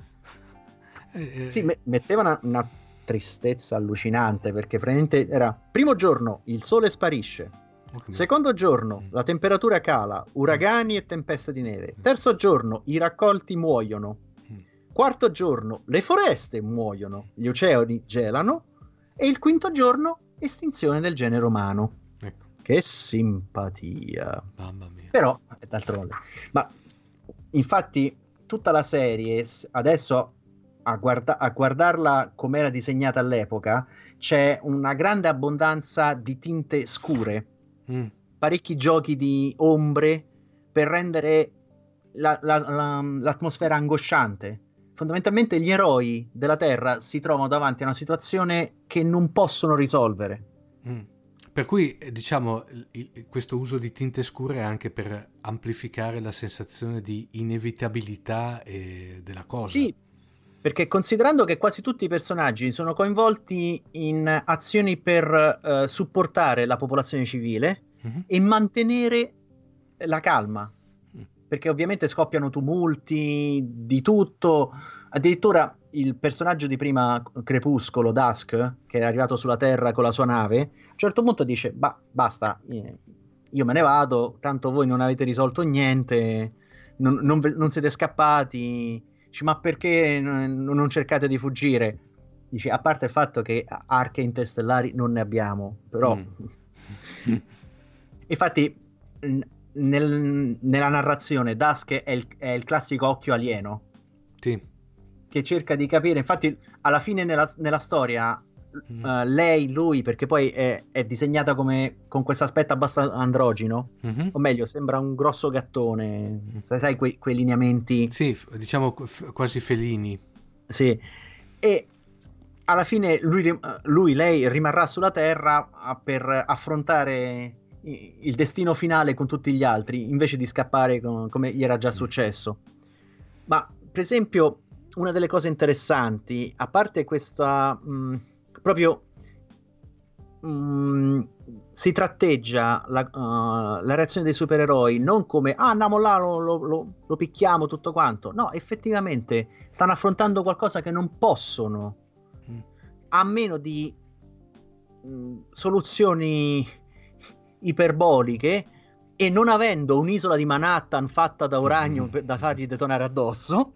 Sì, metteva una tristezza allucinante, perché praticamente era primo giorno il Sole sparisce, secondo giorno la temperatura cala, uragani e tempeste di neve, terzo giorno i raccolti muoiono, quarto giorno le foreste muoiono, gli oceani gelano e il quinto giorno estinzione del genere umano. Ecco. Che simpatia. Mamma mia. Però, d'altronde. Ma infatti tutta la serie, adesso a guardarla come era disegnata all'epoca, c'è una grande abbondanza di tinte scure, parecchi giochi di ombre per rendere l'atmosfera angosciante. Fondamentalmente gli eroi della Terra si trovano davanti a una situazione che non possono risolvere. Per cui, diciamo, questo uso di tinte scure è anche per amplificare la sensazione di inevitabilità della cosa. Sì, perché considerando che quasi tutti i personaggi sono coinvolti in azioni per supportare la popolazione civile e mantenere la calma, perché ovviamente scoppiano tumulti di tutto, addirittura il personaggio di prima, Crepuscolo, Dusk, che è arrivato sulla Terra con la sua nave, a un certo punto dice, basta, io me ne vado, tanto voi non avete risolto niente, non siete scappati. Dice, ma perché non cercate di fuggire? Dice, a parte il fatto che arche interstellari non ne abbiamo, però infatti nella narrazione Dusk è il classico occhio alieno, sì, che cerca di capire. Infatti alla fine nella storia lui, perché poi è disegnata con questo aspetto abbastanza androgino, o meglio sembra un grosso gattone, sai quei lineamenti, sì, diciamo quasi felini, sì, e alla fine lei rimarrà sulla Terra per affrontare il destino finale con tutti gli altri, invece di scappare come gli era già successo. Ma per esempio una delle cose interessanti, a parte questa proprio si tratteggia la reazione dei supereroi non come andiamo là, lo picchiamo tutto quanto, no, effettivamente stanno affrontando qualcosa che non possono, a meno di soluzioni iperboliche, e non avendo un'isola di Manhattan fatta da uranio da fargli detonare addosso,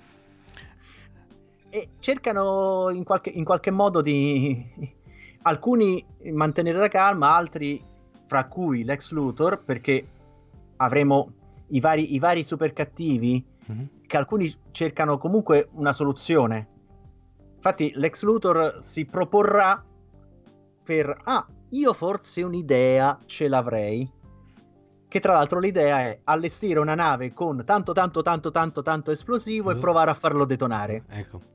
e cercano in qualche modo di alcuni mantenere la calma, altri, fra cui Lex Luthor, perché avremo i vari super cattivi che alcuni cercano comunque una soluzione. Infatti Lex Luthor si proporrà per io forse un'idea ce l'avrei, che tra l'altro l'idea è allestire una nave con tanto esplosivo e provare a farlo detonare. Ecco.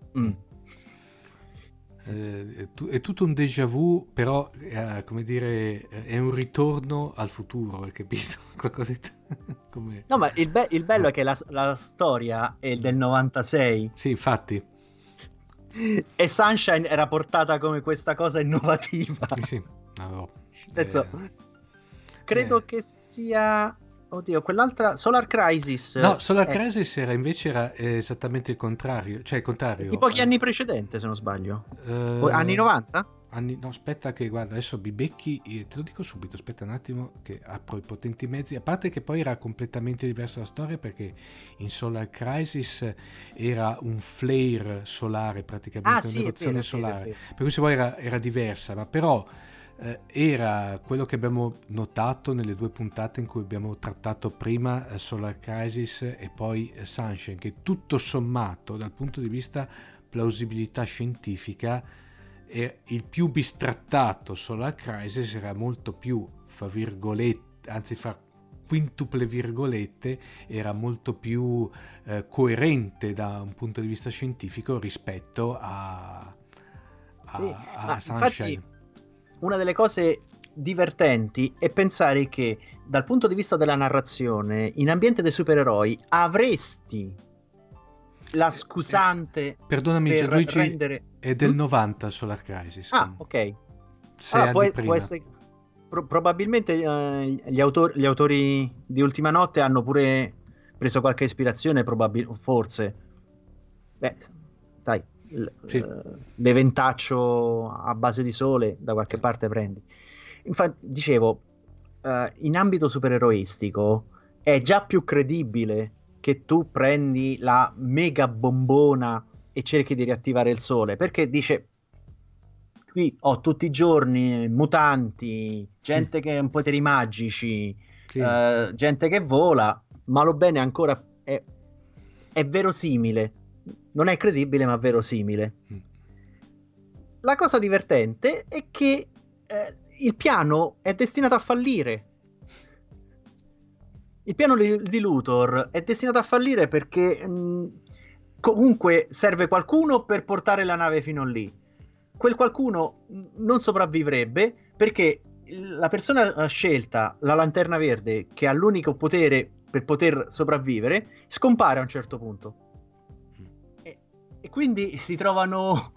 È tutto un déjà vu, però come dire, è un ritorno al futuro, hai capito? Qualcosa come... No, ma il bello è che la storia è del 96. Sì, infatti. E Sunshine era portata come questa cosa innovativa. Sì. No, credo che sia... Oddio, quell'altra Solar Crisis. No, Solar Crisis era esattamente il contrario, cioè il contrario. Di pochi anni precedente, se non sbaglio. Anni 90? No, aspetta che guarda, adesso mi becchi, te lo dico subito, aspetta un attimo che apro i potenti mezzi, a parte che poi era completamente diversa la storia, perché in Solar Crisis era un flare solare, praticamente un'eruzione solare, per cui se vuoi era diversa, ma però era quello che abbiamo notato nelle due puntate in cui abbiamo trattato prima Solar Crisis e poi Sunshine, che tutto sommato dal punto di vista plausibilità scientifica il più bistrattato Solar Crisis era molto più, fra virgolette, anzi fra quintuple virgolette, era molto più coerente da un punto di vista scientifico rispetto a Sunshine. Infatti, una delle cose divertenti è pensare che dal punto di vista della narrazione, in ambiente dei supereroi, avresti la scusante perdonami per Gianluigi, rendere... è del 90 Solar Crisis. Ok. 6 anni prima. probabilmente gli autori di Ultima Notte hanno pure preso qualche ispirazione, forse. Beh, sai, Sì. l'eventaccio a base di sole da qualche parte prendi. Infatti, dicevo, in ambito supereroistico è già più credibile che tu prendi la mega bombona e cerchi di riattivare il sole, perché dice: qui ho tutti i giorni mutanti, gente che ha poteri magici, Sì. gente che vola, malo bene ancora è verosimile. Non è credibile, ma verosimile. La cosa divertente è che il piano è destinato a fallire. Il piano di Luthor è destinato a fallire perché comunque serve qualcuno per portare la nave fino lì. Quel qualcuno non sopravvivrebbe perché la persona scelta, la Lanterna Verde, che ha l'unico potere per poter sopravvivere, scompare a un certo punto. E quindi si trovano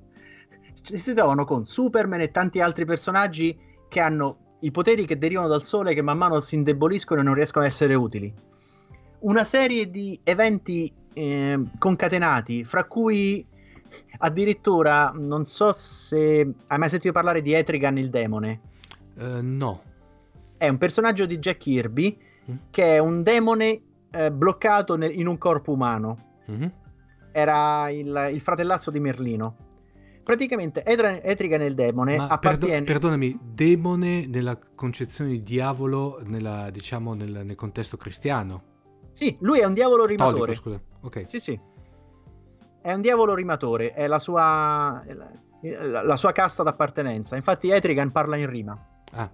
con Superman e tanti altri personaggi che hanno i poteri che derivano dal sole, che man mano si indeboliscono e non riescono a essere utili. Una serie di eventi concatenati, fra cui addirittura, non so se hai mai sentito parlare di Etrigan il demone. No. È un personaggio di Jack Kirby che è un demone bloccato in un corpo umano. Era il fratellastro di Merlino. Praticamente Etrigan il demone appartiene... Perdonami, demone nella concezione di diavolo nel contesto cristiano? Sì, lui è un diavolo rimatore. Cattolico, scusa. Ok. Sì. È un diavolo rimatore, è la sua casta d'appartenenza. Infatti Etrigan parla in rima.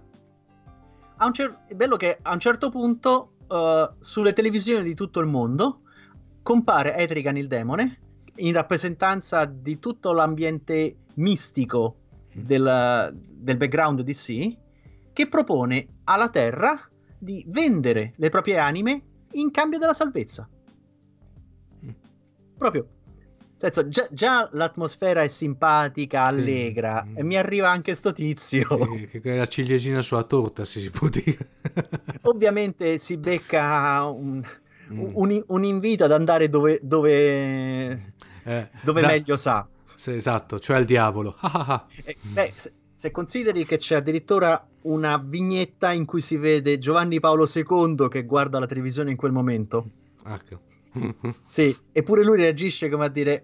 È bello che a un certo punto sulle televisioni di tutto il mondo compare Etrigan il demone in rappresentanza di tutto l'ambiente mistico del background DC, che propone alla Terra di vendere le proprie anime in cambio della salvezza. Proprio. Nel senso, già l'atmosfera è simpatica, allegra, e mi arriva anche sto tizio. Che è la ciliegina sulla torta, se si può dire. Ovviamente si becca un invito ad andare dove meglio sa. Sì, esatto, cioè al diavolo. Se consideri che c'è addirittura una vignetta in cui si vede Giovanni Paolo II che guarda la televisione in quel momento. Sì, eppure lui reagisce come a dire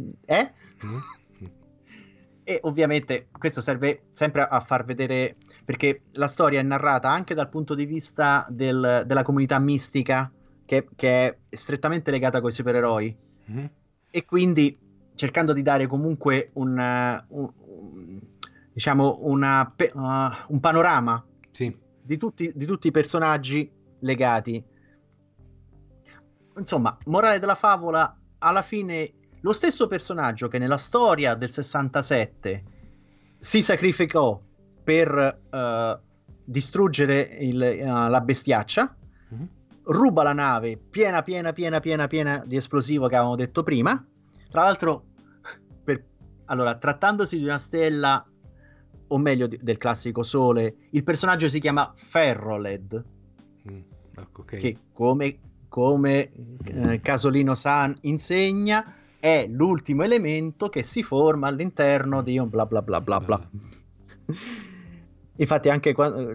E ovviamente questo serve sempre a far vedere, perché la storia è narrata anche dal punto di vista della comunità mistica che è strettamente legata coi supereroi, e quindi cercando di dare comunque un panorama di tutti i personaggi legati. Insomma, morale della favola, alla fine lo stesso personaggio che nella storia del 67 si sacrificò per distruggere la bestiaccia, ruba la nave piena di esplosivo che avevamo detto prima. Tra l'altro, trattandosi di una stella, o meglio del classico sole, il personaggio si chiama Ferroled, che come Casolino San insegna è l'ultimo elemento che si forma all'interno di un bla bla bla bla bla. Infatti anche quando,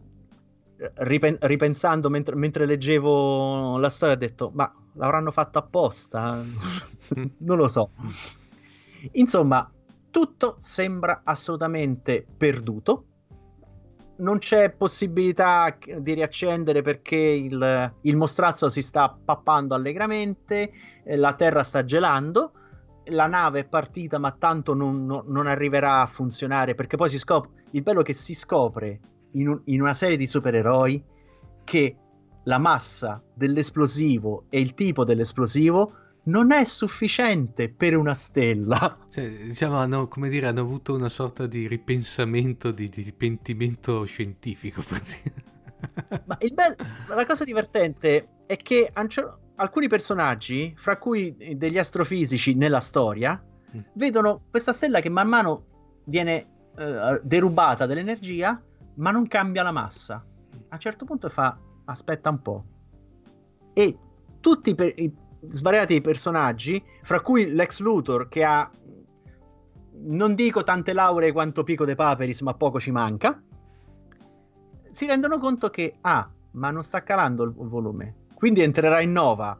ripensando mentre leggevo la storia, ho detto: ma l'avranno fatto apposta? Non lo so. Insomma, tutto sembra assolutamente perduto. Non c'è possibilità di riaccendere perché il mostrazzo si sta pappando allegramente, la terra sta gelando, la nave è partita ma tanto non arriverà a funzionare, perché poi il bello che si scopre in una serie di supereroi che la massa dell'esplosivo e il tipo dell'esplosivo non è sufficiente per una stella. Cioè, diciamo, hanno avuto una sorta di ripensamento, di pentimento scientifico. Ma la cosa divertente è che alcuni personaggi, fra cui degli astrofisici nella storia, vedono questa stella che man mano viene derubata dell'energia, ma non cambia la massa. A un certo punto fa, aspetta un po'. E tutti i svariati personaggi, fra cui Lex Luthor, che ha, non dico tante lauree quanto Pico de Paperis, ma poco ci manca, si rendono conto che, ma non sta calando il volume, quindi entrerà in Nova.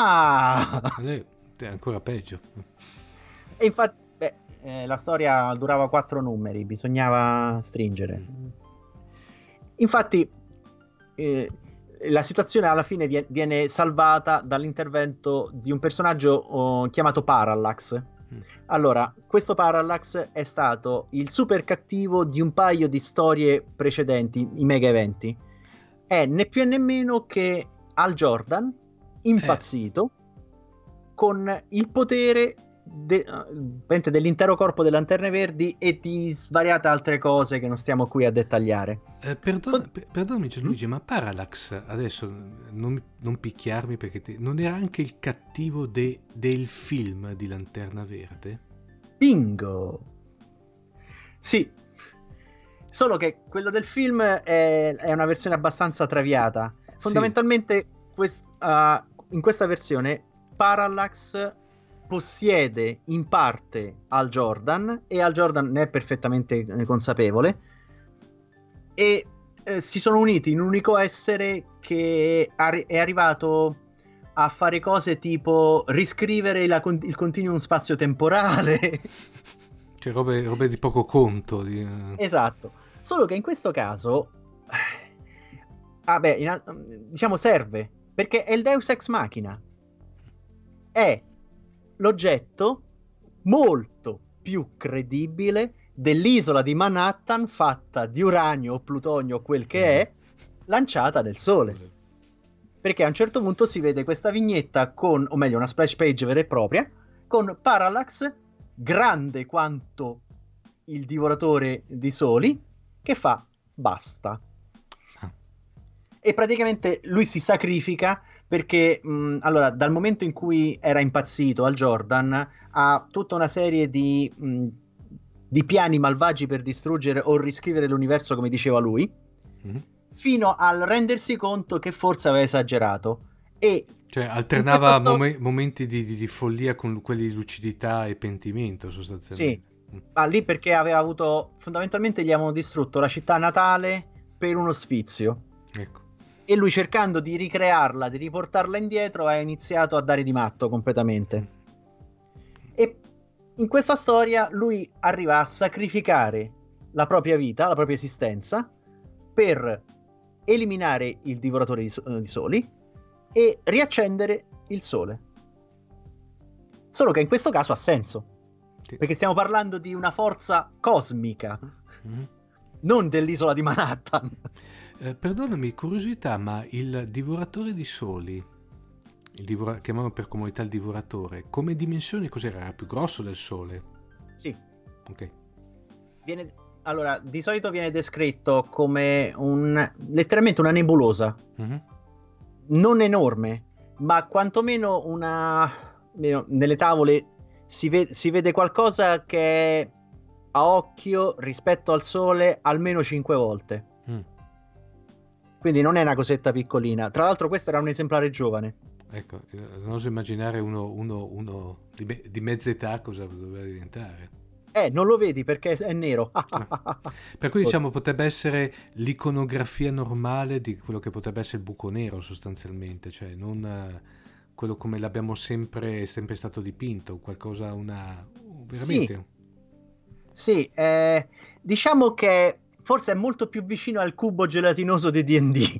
È ancora peggio. E infatti, la storia durava 4 numeri, bisognava stringere. Infatti, la situazione alla fine viene salvata dall'intervento di un personaggio chiamato Parallax. Allora, questo Parallax è stato il super cattivo di un paio di storie precedenti, i mega eventi. È né più né meno che Hal Jordan impazzito con il potere dell'intero corpo delle Lanterne Verdi e di svariate altre cose che non stiamo qui a dettagliare. Perdonami Gianluigi, ma Parallax, adesso non picchiarmi perché non era anche il cattivo del film di Lanterna Verde? Bingo! Sì, solo che quello del film è una versione abbastanza traviata. Fondamentalmente in questa versione Parallax possiede in parte Hal Jordan e Hal Jordan ne è perfettamente consapevole e si sono uniti in un unico essere che è arrivato a fare cose tipo riscrivere il continuum spazio-temporale. Cioè robe di poco conto. Esatto, solo che in questo caso diciamo serve, perché è il Deus Ex Machina. È l'oggetto molto più credibile dell'isola di Manhattan fatta di uranio o plutonio o quel che è, lanciata nel sole. Perché a un certo punto si vede questa vignetta o meglio una splash page vera e propria, con Parallax grande quanto il divoratore di soli, che fa basta. E praticamente lui si sacrifica perché allora dal momento in cui era impazzito Hal Jordan ha tutta una serie di piani malvagi per distruggere o riscrivere l'universo come diceva lui, fino al rendersi conto che forse aveva esagerato e cioè alternava momenti di follia con quelli di lucidità e pentimento sostanzialmente. Sì, ma lì perché aveva avuto, fondamentalmente gli avevano distrutto la città natale per uno sfizio, ecco. E lui cercando di ricrearla, di riportarla indietro, ha iniziato a dare di matto completamente. E in questa storia lui arriva a sacrificare la propria vita, la propria esistenza, per eliminare il divoratore di soli e riaccendere il sole. Solo che in questo caso ha senso, perché stiamo parlando di una forza cosmica, non dell'isola di Manhattan. Perdonami, curiosità, ma il divoratore di soli, chiamiamolo per comodità il divoratore, come dimensioni cos'era? Era più grosso del Sole? Sì. Ok. Allora, di solito viene descritto come letteralmente una nebulosa. Non enorme, ma quantomeno nelle tavole si vede qualcosa che è a occhio rispetto al Sole almeno 5 volte. Quindi non è una cosetta piccolina. Tra l'altro questo era un esemplare giovane. Ecco, non oso immaginare uno di mezza età cosa doveva diventare. Non lo vedi perché è nero. Per cui diciamo potrebbe essere l'iconografia normale di quello che potrebbe essere il buco nero sostanzialmente, cioè non quello come l'abbiamo sempre stato dipinto, qualcosa veramente. Sì, diciamo che forse è molto più vicino al cubo gelatinoso di D&D.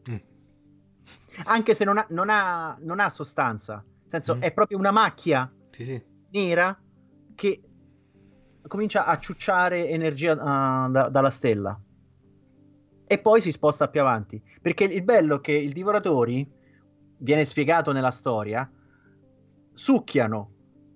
Anche se non ha sostanza, nel senso è proprio una macchia nera che comincia a ciucciare energia dalla stella e poi si sposta più avanti, perché il bello è che i divoratori, viene spiegato nella storia, succhiano,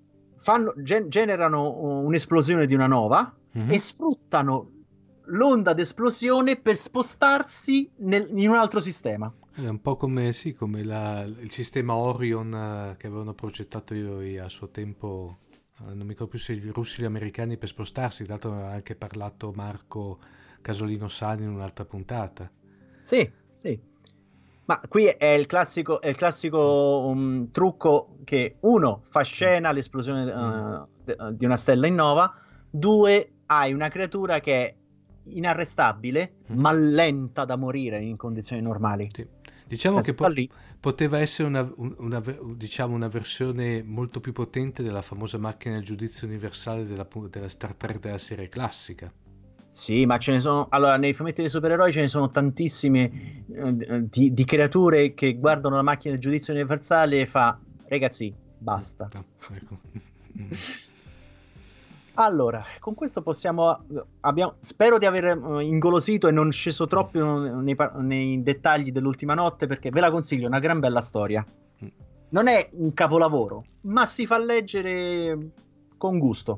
generano un'esplosione di una nova e sfruttano l'onda d'esplosione per spostarsi in un altro sistema. È un po' come il sistema Orion che avevano progettato io a suo tempo, non mi ricordo più se i russi o gli americani, per spostarsi. Tra l'altro aveva anche parlato Marco Casolino Sani in un'altra puntata. Sì. Ma qui è il classico trucco che, uno, fa scena l'esplosione di una stella innova, 2, hai una creatura che è inarrestabile, ma lenta da morire in condizioni normali. Sì. Diciamo che poteva essere una versione molto più potente della famosa macchina del giudizio universale della Star Trek della serie classica. Sì, ma ce ne sono. Allora, nei fumetti dei supereroi ce ne sono tantissime di creature che guardano la macchina del giudizio universale e fa: ragazzi, basta. Ecco. Allora, con questo spero di aver ingolosito e non sceso troppo nei dettagli dell'ultima notte, perché ve la consiglio, è una gran bella storia. Non è un capolavoro, ma si fa leggere con gusto.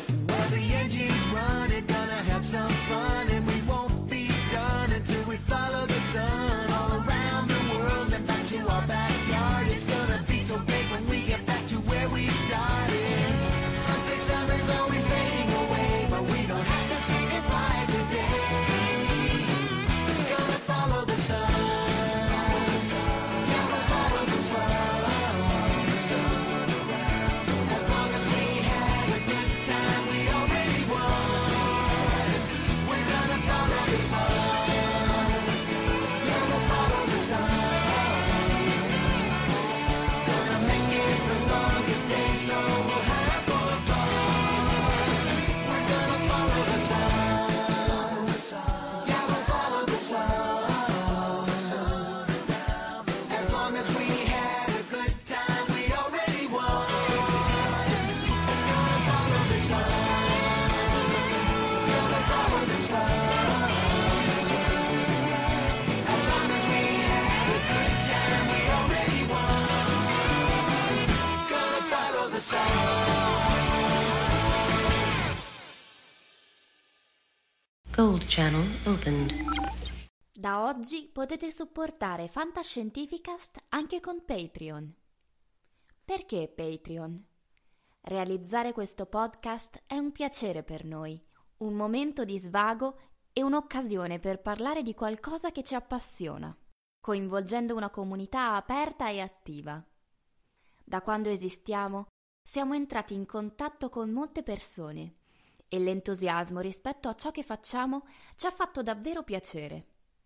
Gold Channel opened. Da oggi potete supportare Fantascientificast anche con Patreon. Perché Patreon? Realizzare questo podcast è un piacere per noi, un momento di svago e un'occasione per parlare di qualcosa che ci appassiona, coinvolgendo una comunità aperta e attiva. Da quando esistiamo, siamo entrati in contatto con molte persone e l'entusiasmo rispetto a ciò che facciamo ci ha fatto davvero piacere.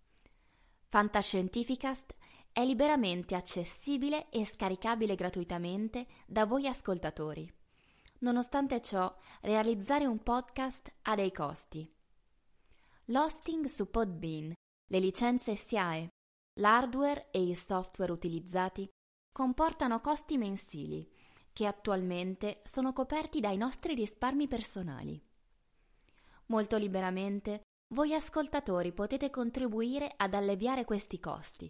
Fantascientificast è liberamente accessibile e scaricabile gratuitamente da voi ascoltatori. Nonostante ciò, realizzare un podcast ha dei costi. L'hosting su Podbean, le licenze SIAE, l'hardware e il software utilizzati comportano costi mensili che attualmente sono coperti dai nostri risparmi personali. Molto liberamente, voi ascoltatori potete contribuire ad alleviare questi costi.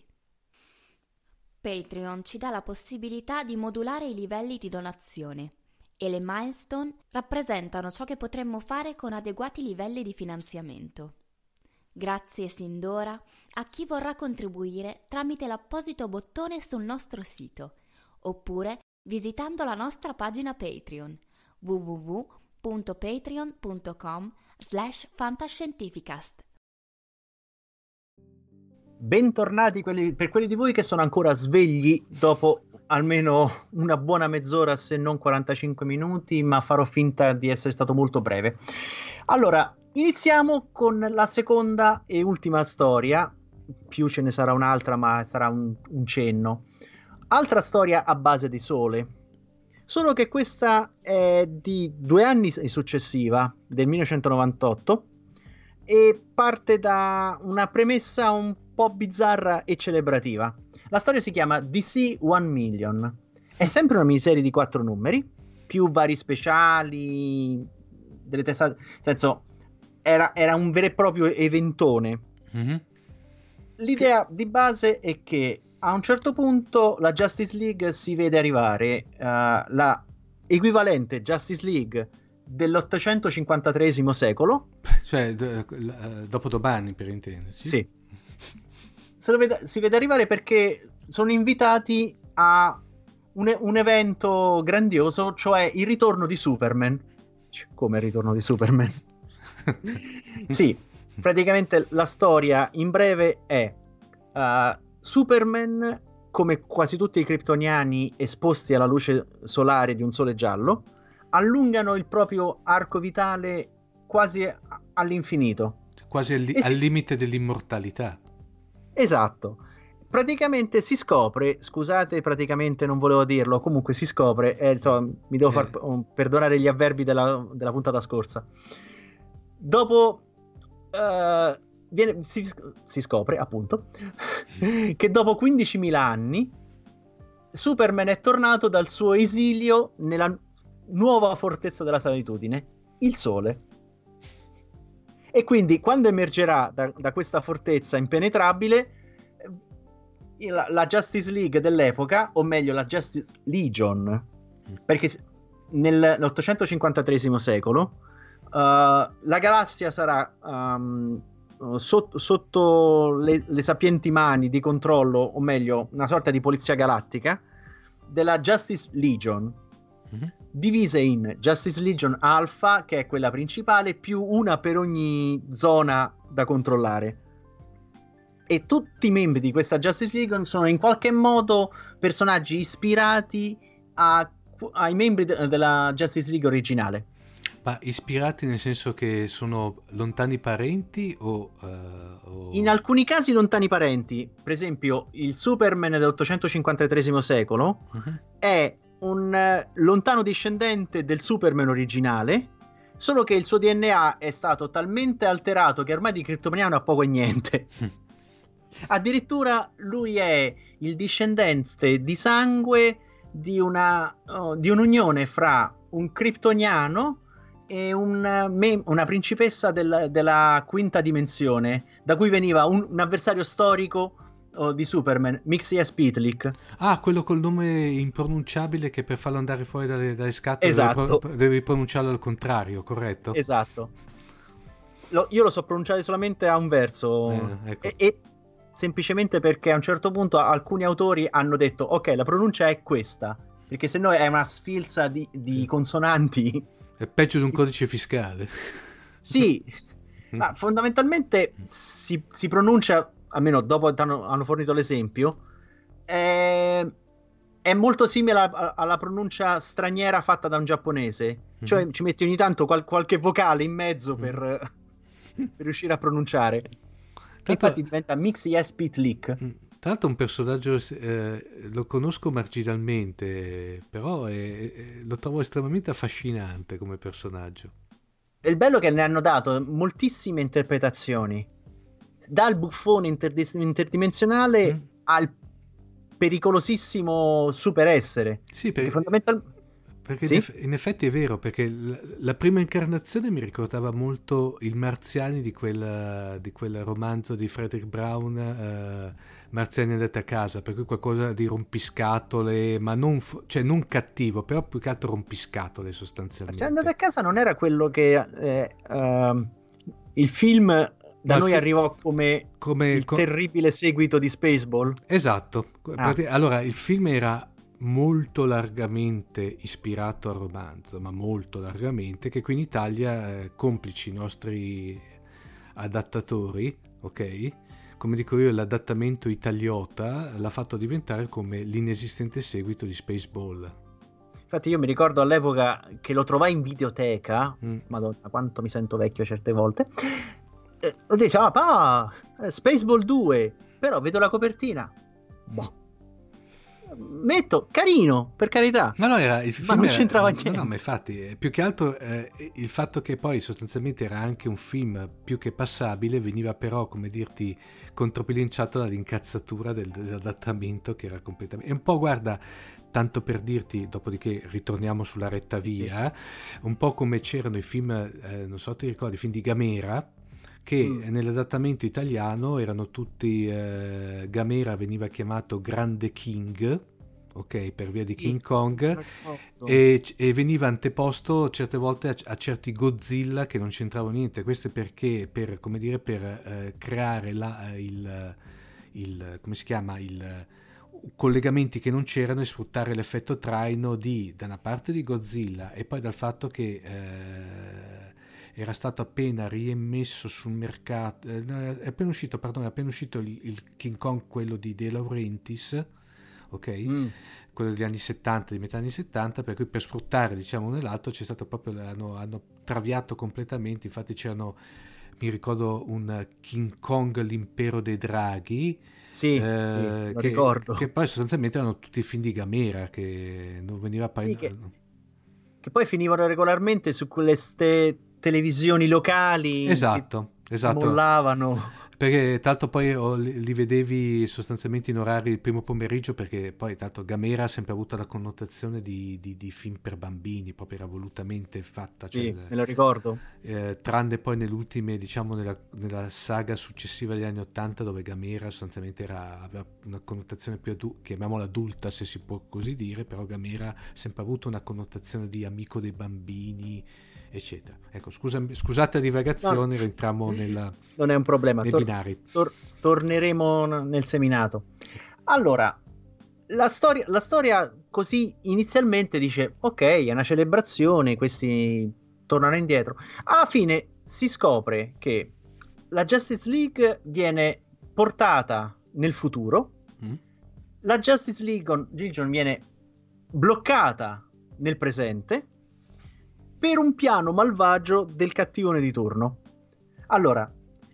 Patreon ci dà la possibilità di modulare i livelli di donazione e le milestone rappresentano ciò che potremmo fare con adeguati livelli di finanziamento. Grazie sin d'ora a chi vorrà contribuire tramite l'apposito bottone sul nostro sito, oppure visitando la nostra pagina Patreon www.patreon.com/fantascientificast. Bentornati per quelli di voi che sono ancora svegli dopo almeno una buona mezz'ora, se non 45 minuti, ma farò finta di essere stato molto breve. Allora, iniziamo con la seconda e ultima storia, più ce ne sarà un'altra, ma sarà un cenno. Altra storia a base di sole, solo che questa è di 2 anni successiva, del 1998, e parte da una premessa un po' bizzarra e celebrativa. La storia si chiama DC 1 Million. È sempre una miniserie di 4 numeri, più vari speciali, delle testate, nel senso, era un vero e proprio eventone. Mm-hmm. L'idea di base è che a un certo punto la Justice League si vede arrivare la equivalente Justice League dell'853 secolo, cioè dopo domani, per intenderci. Sì. Si vede arrivare perché sono invitati a un evento grandioso, cioè il ritorno di Superman. Come il ritorno di Superman? Sì, praticamente la storia in breve è Superman, come quasi tutti i kryptoniani esposti alla luce solare di un sole giallo, allungano il proprio arco vitale quasi all'infinito. Quasi al limite dell'immortalità. Esatto. Praticamente si scopre, scusate, praticamente non volevo dirlo, comunque si scopre, insomma, mi devo far perdonare gli avverbi della puntata scorsa. Dopo si scopre appunto che dopo 15.000 anni Superman è tornato dal suo esilio nella nuova fortezza della solitudine, il Sole. E quindi quando emergerà da questa fortezza impenetrabile, la Justice League dell'epoca, o meglio la Justice Legion, perché nell'853 secolo la galassia sarà sotto le sapienti mani di controllo, o meglio una sorta di polizia galattica della Justice Legion, divise in Justice Legion Alpha, che è quella principale, più una per ogni zona da controllare. E tutti i membri di questa Justice Legion sono in qualche modo personaggi ispirati ai membri della Justice League originale. Ma ispirati nel senso che sono lontani parenti o... In alcuni casi lontani parenti. Per esempio il Superman dell'853 secolo è un lontano discendente del Superman originale, solo che il suo DNA è stato talmente alterato che ormai di kryptoniano ha poco e niente. Addirittura lui è il discendente di sangue di un'unione fra un kryptoniano e una principessa della quinta dimensione, da cui veniva un avversario storico di Superman, Mixia Spitlik. Ah, quello col nome impronunciabile che per farlo andare fuori dalle scatole esatto. devi pronunciarlo al contrario, corretto? Esatto. Io lo so pronunciare solamente a un verso, ecco. e semplicemente perché a un certo punto alcuni autori hanno detto ok, la pronuncia è questa, perché se no è una sfilza di consonanti. È peggio di un codice fiscale. Sì, ma fondamentalmente si pronuncia, almeno dopo hanno fornito l'esempio, è molto simile alla pronuncia straniera fatta da un giapponese. Cioè ci metti ogni tanto qualche vocale in mezzo per riuscire a pronunciare. Infatti diventa Mixia Spitlik. Tra l'altro un personaggio lo conosco marginalmente, però lo trovo estremamente affascinante come personaggio. È il bello che ne hanno dato moltissime interpretazioni, dal buffone interdimensionale al pericolosissimo superessere. Sì, perché Sì? in effetti è vero, perché la prima incarnazione mi ricordava molto il Marziani di quel romanzo di Frederick Brown, Marziani andati a casa, per cui qualcosa di rompiscatole, ma non cattivo, però più che altro rompiscatole sostanzialmente. Marziani andati a casa non era quello che il film da noi arrivò come il terribile seguito di Spaceball? Esatto. Allora il film era molto largamente ispirato al romanzo, ma molto largamente, che qui in Italia, complici i nostri adattatori, ok? Come dico io, l'adattamento italiota l'ha fatto diventare come l'inesistente seguito di Spaceball. Infatti io mi ricordo all'epoca che lo trovai in videoteca, madonna quanto mi sento vecchio certe volte, lo dicevo, Spaceball 2, però vedo la copertina, metto, carino, per carità. No, il film ma non c'entrava niente. No, ma infatti, più che altro il fatto che poi sostanzialmente era anche un film più che passabile, veniva però, come dirti, controbilanciato dall'incazzatura dell'adattamento, che era completamente... E un po', guarda, tanto per dirti, dopodiché ritorniamo sulla retta via, un po' come c'erano i film, non so, ti ricordi, i film di Gamera, che nell'adattamento italiano erano tutti Gamera veniva chiamato Grande King, ok, per via di King Kong, e veniva anteposto certe volte a certi Godzilla che non c'entravano niente. Questo è perché per creare il come si chiama, il collegamenti che non c'erano e sfruttare l'effetto traino da una parte di Godzilla e poi dal fatto che era stato appena riemesso sul mercato, è appena uscito il King Kong, quello di De Laurentiis, ok? Quello degli anni 70, di metà anni 70, per cui per sfruttare, diciamo, uno e l'altro c'è stato proprio, hanno traviato completamente. Infatti c'erano, mi ricordo, un King Kong l'impero dei draghi, sì, lo ricordo, che poi sostanzialmente erano tutti film di Gamera, che non veniva poi... Sì, che poi finivano regolarmente su quelle televisioni locali, esatto, che mollavano. Perché tanto poi li vedevi sostanzialmente in orari il primo pomeriggio, perché poi tanto Gamera ha sempre avuto la connotazione di film per bambini, proprio era volutamente fatta. Sì, cioè, me lo ricordo. Tranne poi nelle ultime, diciamo, nella saga successiva degli anni '80, dove Gamera sostanzialmente aveva una connotazione più chiamiamola adulta, se si può così dire, però Gamera ha sempre avuto una connotazione di amico dei bambini, eccetera. Ecco, scusate la divagazione, no, rientriamo non è un problema, nei binari. Torneremo nel seminato. Allora, la storia così inizialmente dice ok, è una celebrazione, questi tornano indietro. Alla fine si scopre che la Justice League viene portata nel futuro, la Justice Legion viene bloccata nel presente per un piano malvagio del cattivone di turno. Allora,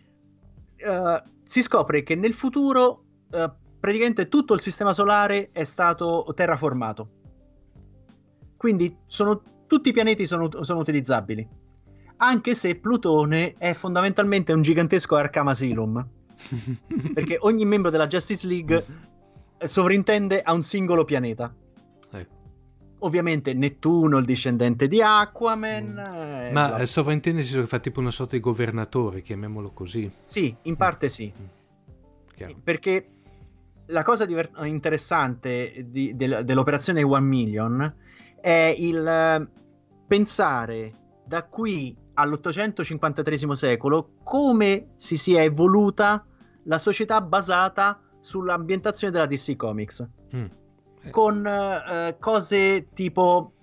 si scopre che nel futuro praticamente tutto il sistema solare è stato terraformato. Quindi tutti i pianeti sono utilizzabili. Anche se Plutone è fondamentalmente un gigantesco Arkham Asylum. Perché ogni membro della Justice League sovrintende a un singolo pianeta. Ovviamente Nettuno, il discendente di Aquaman. Ma sovrintende che fa tipo una sorta di governatore, chiamiamolo così. Sì, in parte sì. Perché la cosa interessante dell'operazione 1 Million è il pensare da qui all'853 secolo come si sia evoluta la società basata sull'ambientazione della DC Comics. Con cose tipo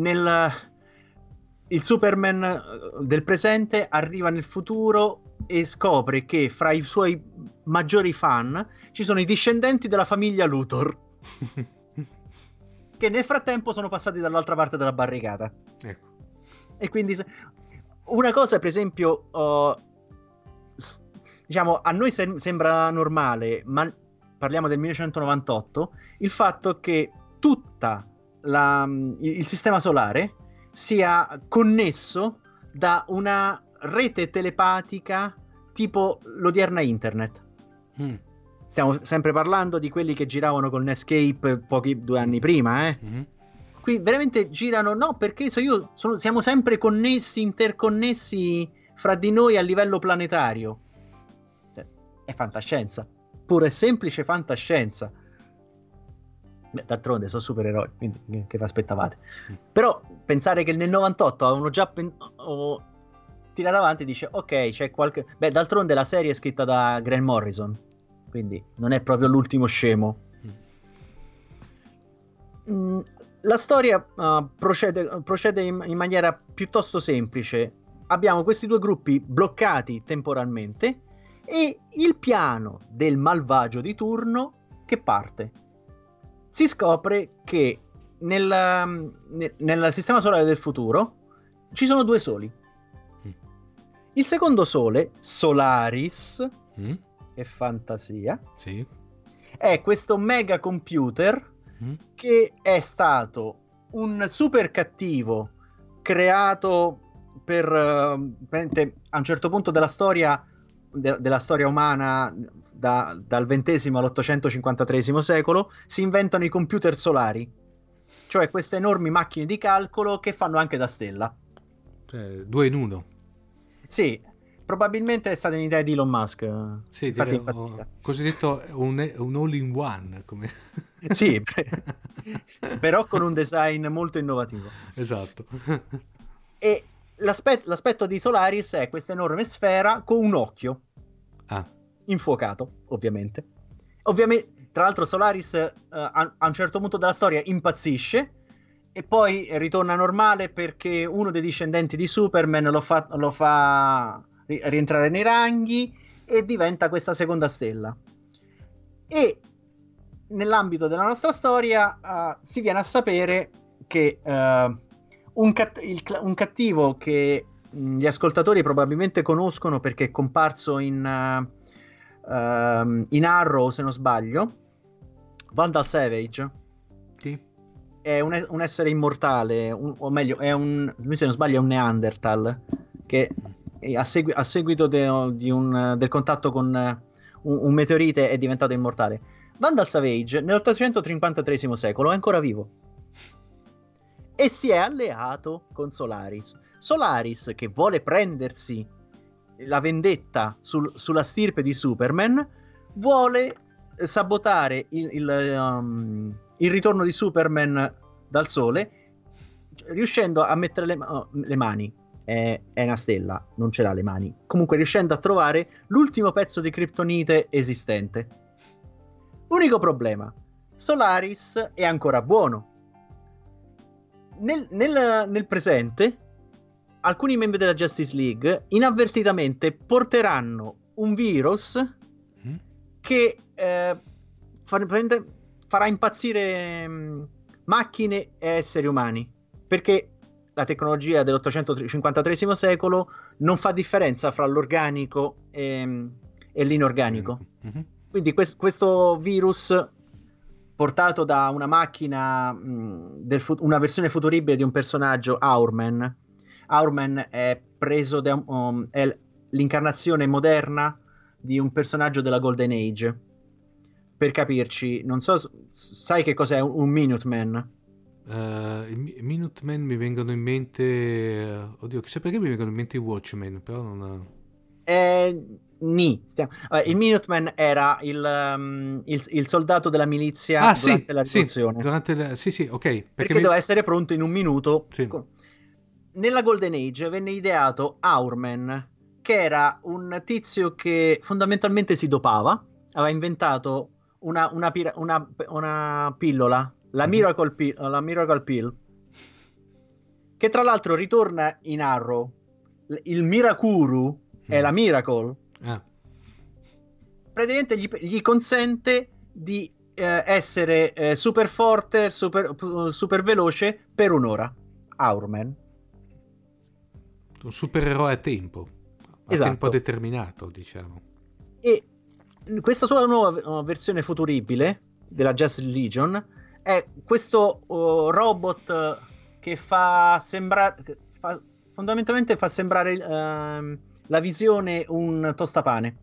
il Superman del presente arriva nel futuro e scopre che fra i suoi maggiori fan ci sono i discendenti della famiglia Luthor che nel frattempo sono passati dall'altra parte della barricata. Ecco. E quindi una cosa, per esempio, diciamo, a noi sembra normale, ma parliamo del 1998, il fatto che tutto il sistema solare sia connesso da una rete telepatica tipo l'odierna internet. Stiamo sempre parlando di quelli che giravano con Netscape 2 anni prima, Qui veramente girano, no, perché siamo sempre connessi, interconnessi fra di noi a livello planetario. Cioè, è fantascienza, pura e semplice fantascienza. Beh, d'altronde sono supereroi, quindi che vi aspettavate? Però pensare che nel 98 avevano già tirato avanti, dice ok, c'è qualche... Beh, d'altronde la serie è scritta da Grant Morrison, quindi non è proprio l'ultimo scemo. La storia procede in maniera piuttosto semplice. Abbiamo questi due gruppi bloccati temporalmente e il piano del malvagio di turno che parte. Si scopre che nel sistema solare del futuro ci sono 2 soli. Il secondo sole, Solaris, che fantasia, sì, è questo mega computer che è stato un super cattivo creato per a un certo punto della storia umana, dal XX all'853 secolo, si inventano i computer solari, cioè queste enormi macchine di calcolo che fanno anche da stella. 2 in 1. Sì, probabilmente è stata un'idea di Elon Musk. Sì, cosiddetto un all-in-one. Come... Sì, però con un design molto innovativo. Esatto. E l'aspetto di Solaris è questa enorme sfera con un occhio. Infuocato, ovviamente. Tra l'altro Solaris a un certo punto della storia impazzisce e poi ritorna normale perché uno dei discendenti di Superman lo fa rientrare nei ranghi e diventa questa seconda stella. E nell'ambito della nostra storia si viene a sapere che un cattivo che gli ascoltatori probabilmente conoscono perché è comparso in Arrow, se non sbaglio, Vandal Savage. Sì. È un essere immortale, o meglio, lui se non sbaglio è un Neanderthal che a seguito del contatto con un meteorite è diventato immortale. Vandal Savage nell'853 secolo è ancora vivo e si è alleato con Solaris. Solaris, che vuole prendersi la vendetta sulla stirpe di Superman, vuole sabotare il ritorno di Superman dal sole, riuscendo a mettere le mani. È una stella, non ce l'ha le mani. Comunque riuscendo a trovare l'ultimo pezzo di Kryptonite esistente. Unico problema: Solaris è ancora buono. Nel presente, alcuni membri della Justice League inavvertitamente porteranno un virus che farà impazzire macchine e esseri umani, perché la tecnologia dell'853 secolo non fa differenza fra l'organico e l'inorganico. Quindi questo virus, portato da una macchina, una versione futuribile di un personaggio, Hourman. Hourman è preso è l'incarnazione moderna di un personaggio della Golden Age. Per capirci, non so, sai che cos'è un Minuteman? I Minutemen mi vengono in mente, oddio, chissà perché mi vengono in mente i Watchmen, però non... il Minuteman era il soldato della milizia durante la rivoluzione. Sì, ok. Perché doveva essere pronto in un minuto. Sì. Nella Golden Age venne ideato Hourman, che era un tizio che fondamentalmente si dopava, aveva inventato una pillola, la Miracle Pill, che tra l'altro ritorna in Arrow. Il Mirakuru è la Miracle. Praticamente gli consente di essere super forte, super veloce per un'ora. Hourman, un supereroe a tempo, tempo determinato, diciamo. E questa sua nuova versione futuribile della Justice Legion è questo robot che fondamentalmente fa sembrare la visione un tostapane.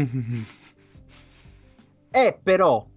È però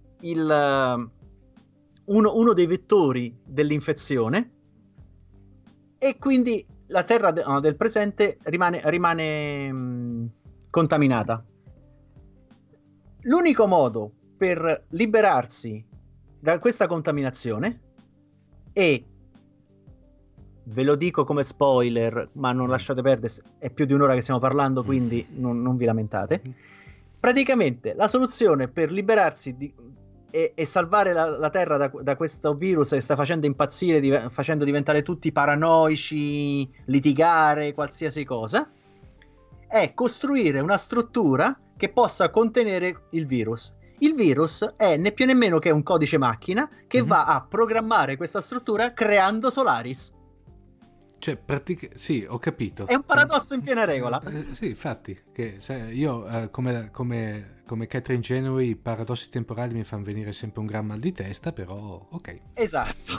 uno dei vettori dell'infezione, e quindi la Terra del presente rimane contaminata. L'unico modo per liberarsi da questa contaminazione, e ve lo dico come spoiler, ma non lasciate perdere, è più di un'ora che stiamo parlando, quindi non vi lamentate. Praticamente la soluzione per liberarsi e salvare la Terra da questo virus che sta facendo impazzire, facendo diventare tutti paranoici, litigare, qualsiasi cosa, è costruire una struttura che possa contenere il virus. Il virus è né più nemmeno che un codice macchina che va a programmare questa struttura creando Solaris. Cioè, sì, ho capito. È un paradosso in piena regola. Sì, infatti, che io come Catherine Genoway, i paradossi temporali mi fanno venire sempre un gran mal di testa, però ok. Esatto.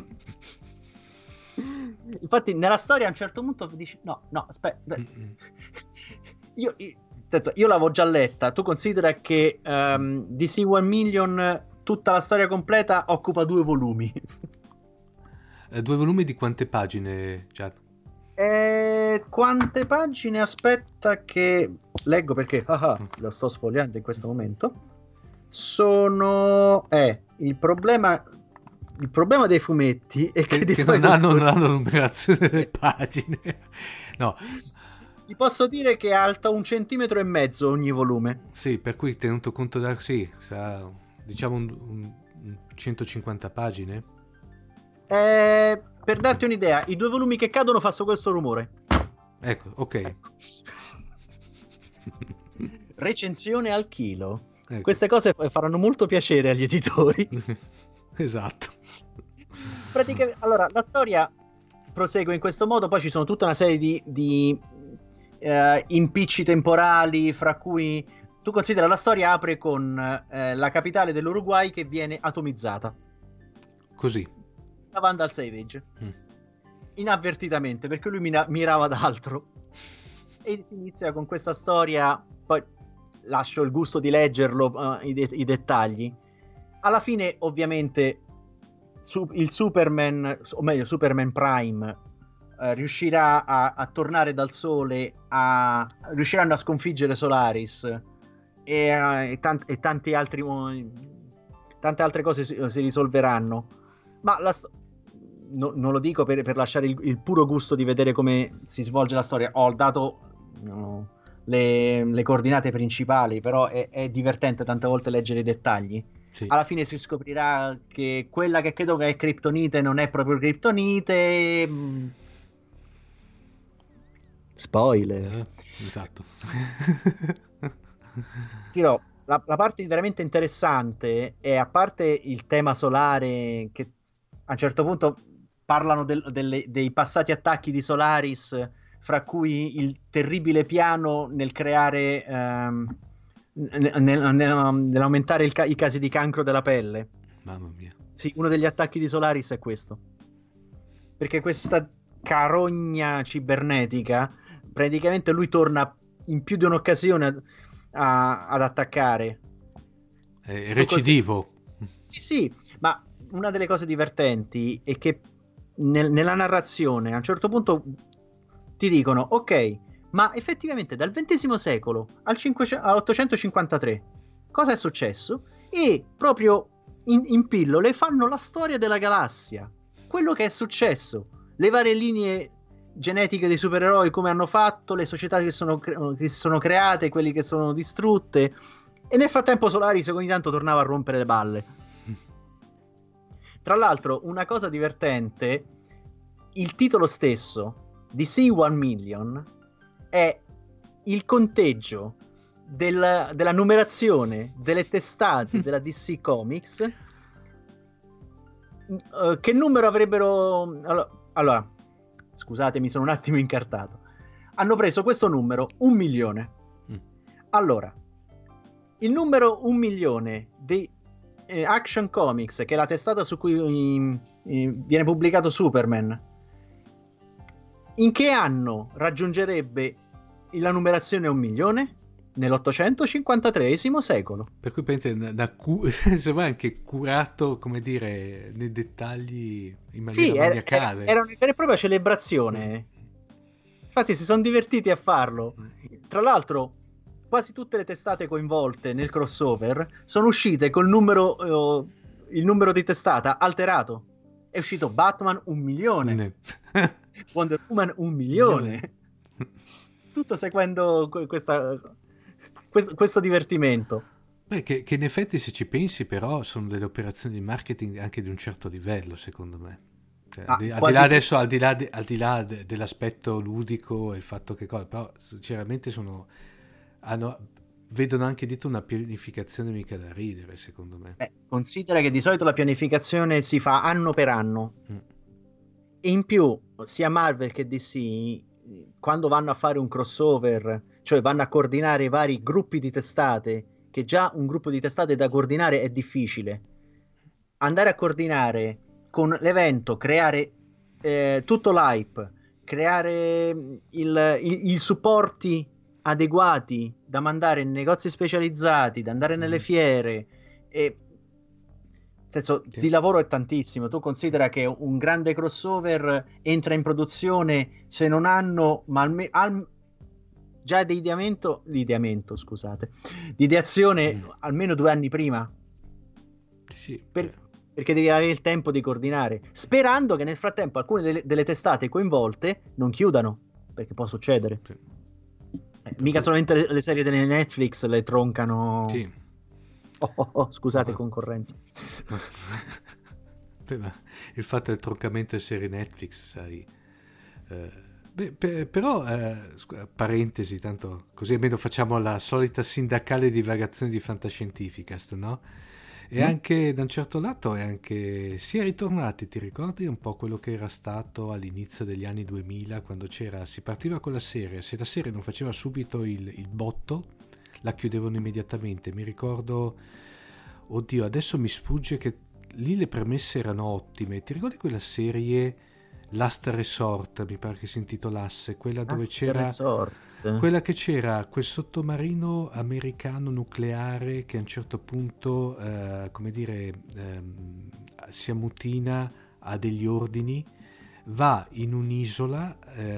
Infatti nella storia a un certo punto dici no, aspetta. Io l'avevo già letta. Tu considera che DC 1 Million, tutta la storia completa, occupa 2 volumi. 2 volumi di quante pagine, Chad? Quante pagine? Aspetta che leggo, perché la sto sfogliando in questo momento. Sono il problema dei fumetti è che di solito non hanno numerazione delle pagine. No. Ti posso dire che è alta 1,5 centimetri ogni volume. Sì, per cui tenuto conto diciamo un 150 pagine. per darti un'idea, i 2 volumi che cadono fanno questo rumore. Ecco, ok. Ecco. Recensione al chilo. Ecco. Queste cose faranno molto piacere agli editori. Esatto. Praticamente, allora, la storia prosegue in questo modo, poi ci sono tutta una serie di impicci temporali, fra cui tu considera la storia apre con la capitale dell'Uruguay che viene atomizzata. Così. Da Vandal Savage. Inavvertitamente, perché lui mirava ad altro. E si inizia con questa storia, poi lascio il gusto di leggerlo, i dettagli. Alla fine, ovviamente, il Superman, o meglio Superman Prime, riuscirà a tornare dal sole, riusciranno a sconfiggere Solaris e tante altre cose si risolveranno. Ma non lo dico per lasciare il puro gusto di vedere come si svolge la storia. Ho dato le coordinate principali, però è divertente tante volte leggere i dettagli. Sì. Alla fine si scoprirà che quella che credo che è Kryptonite non è proprio Kryptonite. Spoiler. Esatto. Dirò, la parte veramente interessante è, a parte il tema solare, che a un certo punto parlano dei passati attacchi di Solaris, fra cui il terribile piano nel creare nell'aumentare i casi di cancro della pelle. Mamma mia. Sì, uno degli attacchi di Solaris è questo, perché questa carogna cibernetica, praticamente lui torna in più di un'occasione ad attaccare. È recidivo. Sì, ma una delle cose divertenti è che nella narrazione a un certo punto ti dicono: ok, ma effettivamente dal XX secolo all'853 cosa è successo? E proprio in pillole fanno la storia della galassia, quello che è successo, le varie linee genetiche dei supereroi, come hanno fatto, le società che si sono create, quelli che sono distrutte, e nel frattempo Solaris ogni tanto tornava a rompere le balle. Tra l'altro, una cosa divertente, il titolo stesso, DC 1 Million, è il conteggio della numerazione delle testate della DC Comics. Che numero avrebbero... Allora, scusatemi, sono un attimo incartato. Hanno preso questo numero, 1 milione. Allora, il numero 1 milione di Action Comics, che è la testata su cui viene pubblicato Superman, in che anno raggiungerebbe la numerazione 1 milione? Nell'853 secolo. Per cui sembra anche curato, come dire, nei dettagli in maniera maniacale. Era una vera e propria celebrazione. Infatti si sono divertiti a farlo. Tra l'altro, quasi tutte le testate coinvolte nel crossover sono uscite col numero, il numero di testata alterato. È uscito Batman 1 milione, Wonder Woman 1 milione. Tutto seguendo questo divertimento. Beh, che in effetti, se ci pensi, però sono delle operazioni di marketing anche di un certo livello, secondo me. Cioè, al di là dell'aspetto ludico e il fatto che però sinceramente vedono anche dietro una pianificazione mica da ridere, secondo me. Considera che di solito la pianificazione si fa anno per anno. E in più sia Marvel che DC, quando vanno a fare un crossover, cioè vanno a coordinare i vari gruppi di testate, che già un gruppo di testate da coordinare è difficile, andare a coordinare con l'evento, creare tutto l'hype, creare i supporti adeguati da mandare in negozi specializzati, da andare nelle fiere, e di lavoro è tantissimo. Tu considera che un grande crossover entra in produzione, se non hanno, ma già di ideazione almeno 2 anni prima. Sì. Perché devi avere il tempo di coordinare, sperando che nel frattempo alcune delle testate coinvolte non chiudano, perché può succedere. Sì. Mica solamente le serie delle Netflix le troncano. Sì. Scusate, concorrenza. Il fatto del troncamento delle serie Netflix, sai. Però, parentesi, tanto così almeno facciamo la solita sindacale divagazione di Fantascientificast, no? E anche da un certo lato si è ritornati, ti ricordi un po' quello che era stato all'inizio degli anni 2000, quando si partiva con la serie, se la serie non faceva subito il botto, la chiudevano immediatamente. Mi ricordo, oddio, adesso mi sfugge, che lì le premesse erano ottime. Ti ricordi quella serie Last Resort, mi pare che si intitolasse, quella dove quella che c'era quel sottomarino americano nucleare che a un certo punto si ammutina, ha degli ordini, va in un'isola,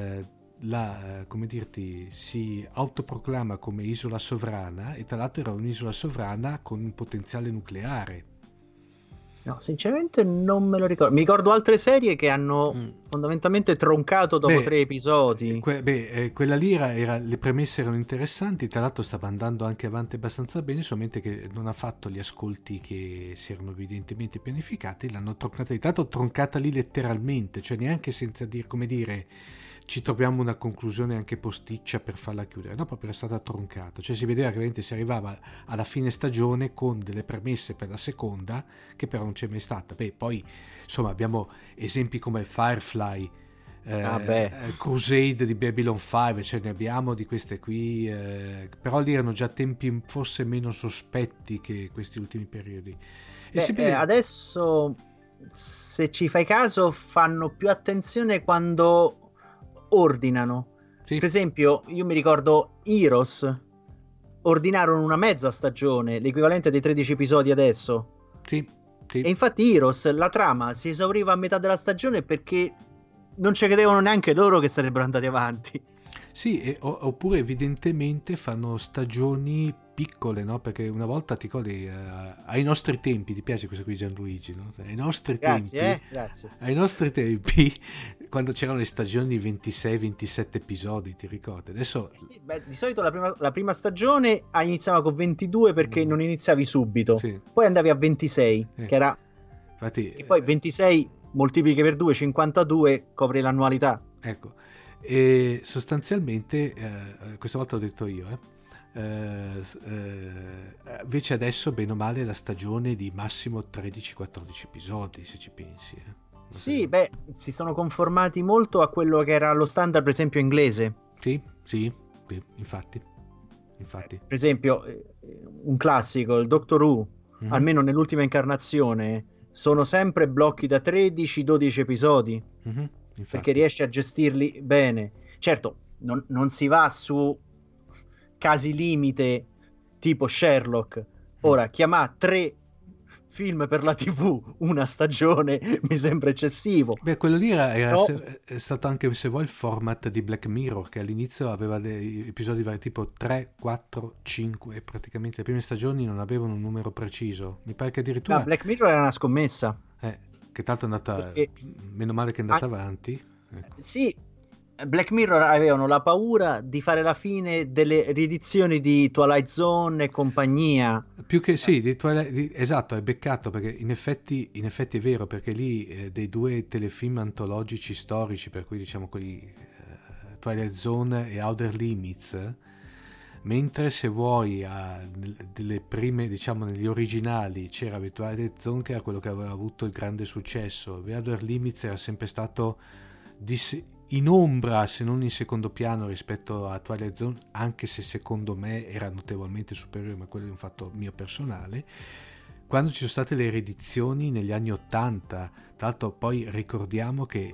si autoproclama come isola sovrana, e tra l'altro era un'isola sovrana con un potenziale nucleare. No, sinceramente non me lo ricordo. Mi ricordo altre serie che hanno fondamentalmente troncato dopo 3 episodi. Quella lì le premesse erano interessanti, tra l'altro stava andando anche avanti abbastanza bene, solamente che non ha fatto gli ascolti che si erano evidentemente pianificati, l'hanno troncata, tanto troncata lì letteralmente, cioè neanche senza dire, come dire, ci troviamo una conclusione anche posticcia per farla chiudere, no, proprio era stata troncata, cioè si vedeva che veramente si arrivava alla fine stagione con delle premesse per la seconda che però non c'è mai stata. Poi insomma abbiamo esempi come Firefly, Crusade di Babylon 5, cioè ne abbiamo di queste qui, però lì erano già tempi forse meno sospetti che questi ultimi periodi. Adesso, se ci fai caso, fanno più attenzione quando ordinano. Sì. Per esempio, io mi ricordo Heroes ordinarono una mezza stagione, l'equivalente dei 13 episodi adesso. Sì. E infatti Heroes, la trama si esauriva a metà della stagione perché non ci credevano neanche loro che sarebbero andati avanti. Sì, oppure evidentemente fanno stagioni piccole, no? Perché una volta ti ricordi, ai nostri tempi, ti piace questo qui Gianluigi, no? Grazie. Ai nostri tempi, quando c'erano le stagioni di 26-27 episodi, ti ricordi? Adesso di solito la prima stagione iniziava con 22 perché non iniziavi subito, sì. Poi andavi a 26, che era infatti, e poi 26 moltiplichi per 2, 52, copri l'annualità. Ecco, e sostanzialmente questa volta ho detto io, invece adesso bene o male la stagione di massimo 13-14 episodi, se ci pensi. Sì, si sono conformati molto a quello che era lo standard, per esempio, inglese. Sì, infatti. Per esempio, un classico, il Doctor Who, almeno nell'ultima incarnazione, sono sempre blocchi da 13-12 episodi, perché riesce a gestirli bene. Certo, non si va su casi limite tipo Sherlock. Ora, chiamare 3 film per la TV una stagione mi sembra eccessivo. Quello lì è stato anche, se vuoi, il format di Black Mirror, che all'inizio aveva dei episodi vari tipo 3, 4, 5 e praticamente le prime stagioni non avevano un numero preciso. Mi pare che addirittura Black Mirror era una scommessa, che tanto è andata meno male che è andata avanti, ecco. Sì, Black Mirror avevano la paura di fare la fine delle riedizioni di Twilight Zone e compagnia. Più che sì, di Twilight, esatto, è beccato, perché in effetti è vero, perché lì dei 2 telefilm antologici storici, per cui diciamo quelli Twilight Zone e Outer Limits, mentre se vuoi delle prime, diciamo negli originali, c'era Twilight Zone che era quello che aveva avuto il grande successo, Outer Limits era sempre stato in ombra, se non in secondo piano rispetto a Twilight Zone, anche se secondo me era notevolmente superiore, ma quello è un fatto mio personale. Quando ci sono state le riedizioni negli anni 80, tra l'altro poi ricordiamo che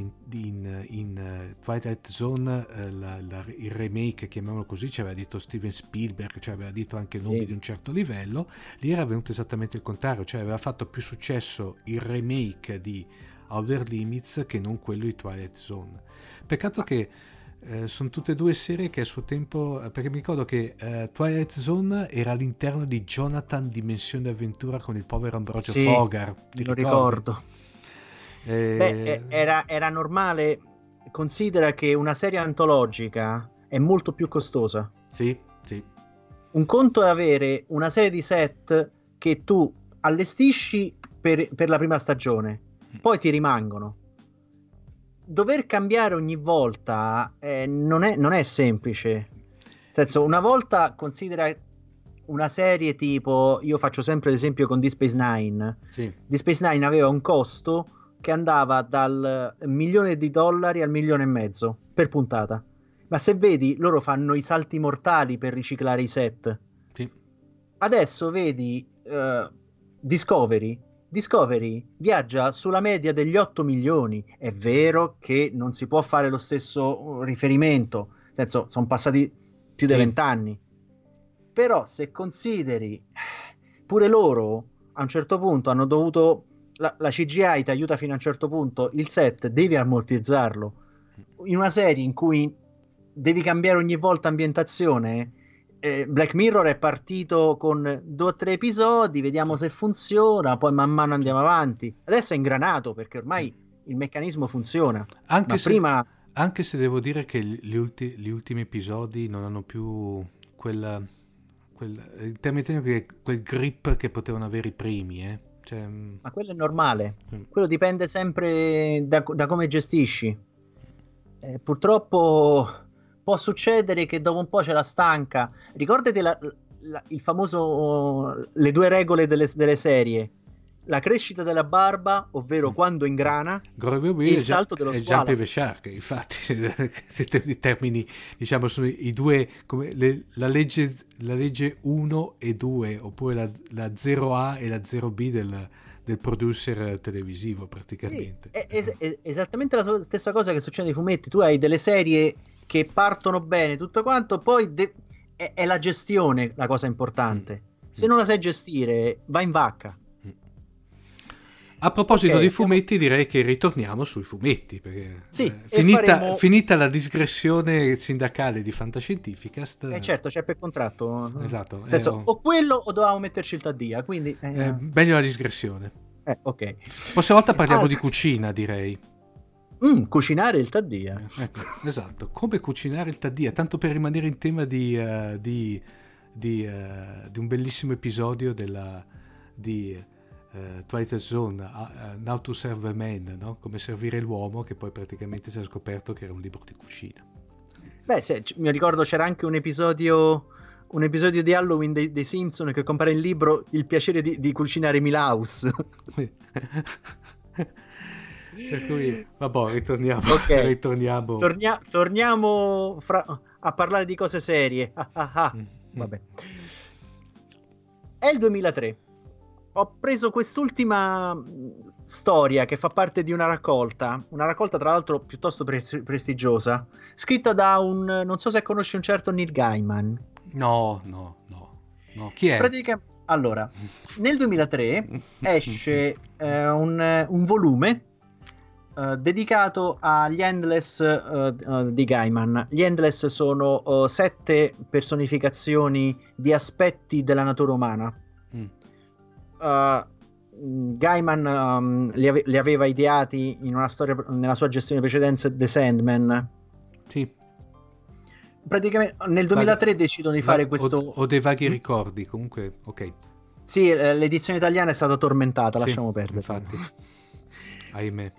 in Twilight Zone il remake, chiamiamolo così, ci aveva detto Steven Spielberg, ci aveva detto anche nomi di un certo livello. Lì era venuto esattamente il contrario, cioè aveva fatto più successo il remake di Outer Limits che non quello di Twilight Zone. Peccato che sono tutte e 2 serie che a suo tempo, perché mi ricordo che Twilight Zone era all'interno di Jonathan Dimensione Avventura con il povero Ambrogio Fogar, lo ricordo. Era normale. Considera che una serie antologica è molto più costosa. Sì. Un conto è avere una serie di set che tu allestisci per la prima stagione, poi ti rimangono. Dover cambiare ogni volta non è semplice. Nel senso, una volta considera una serie tipo, io faccio sempre l'esempio con Deep Space Nine. Sì. Deep Space Nine aveva un costo che andava dal $1 milione al 1,5 milioni per puntata. Ma se vedi, loro fanno i salti mortali per riciclare i set. Sì. Adesso vedi Discovery viaggia sulla media degli 8 milioni. È vero che non si può fare lo stesso riferimento, nel senso, sono passati più di 20 anni. Però se consideri, pure loro a un certo punto hanno dovuto, la CGI ti aiuta fino a un certo punto, il set devi ammortizzarlo. In una serie in cui devi cambiare ogni volta ambientazione, Black Mirror è partito con 2 o 3 episodi, vediamo se funziona, poi man mano andiamo avanti. Adesso è ingranato perché ormai il meccanismo funziona. Anche se devo dire che gli ultimi episodi non hanno più quel grip che potevano avere i primi, Cioè, ma quello è normale, quello dipende sempre da come gestisci. Purtroppo può succedere che dopo un po' ce la stanca. Ricordate il famoso le 2 regole delle serie: la crescita della barba, ovvero quando ingrana, e il salto dello squalo. Jumping the Shark, infatti, i termini, diciamo, sono i due, come la legge 1 e 2, oppure la 0A e la 0B del producer televisivo, praticamente. Sì, è esattamente la stessa cosa che succede nei fumetti. Tu hai delle serie che partono bene, tutto quanto, poi è la gestione la cosa importante. Se non la sai gestire, va in vacca. A proposito di fumetti, direi che ritorniamo sui fumetti, perché sì, finita la digressione sindacale di Fantascientificast. Certo, c'è per contratto. Esatto. O quello o dovevamo metterci il Taddia, quindi... meglio la digressione. Ok. Prossima volta parliamo di cucina, direi. Cucinare il Taddia. Ecco, esatto. Come cucinare il Taddia, tanto per rimanere in tema di un bellissimo episodio di Twilight Zone, How to Serve a Man, no? Come servire l'uomo, che poi praticamente si è scoperto che era un libro di cucina. Beh, mi ricordo c'era anche un episodio di Halloween dei Simpson che compare il libro Il piacere di cucinare Milhouse. Per cui, vabbè, ritorniamo. Okay. Torniamo a parlare di cose serie. Vabbè. È il 2003. Ho preso quest'ultima storia che fa parte di una raccolta tra l'altro piuttosto prestigiosa, scritta da non so se conosci un certo Neil Gaiman. No, chi è? Allora, nel 2003 esce un volume dedicato agli Endless di Gaiman. Gli Endless sono 7 personificazioni di aspetti della natura umana. Gaiman li aveva ideati in una storia nella sua gestione precedente, The Sandman. Sì. Praticamente nel 2003 decidono di fare questo. Ho dei vaghi ricordi, comunque, ok. Sì, l'edizione italiana è stata tormentata, sì, lasciamo perdere. Infatti, ahimè.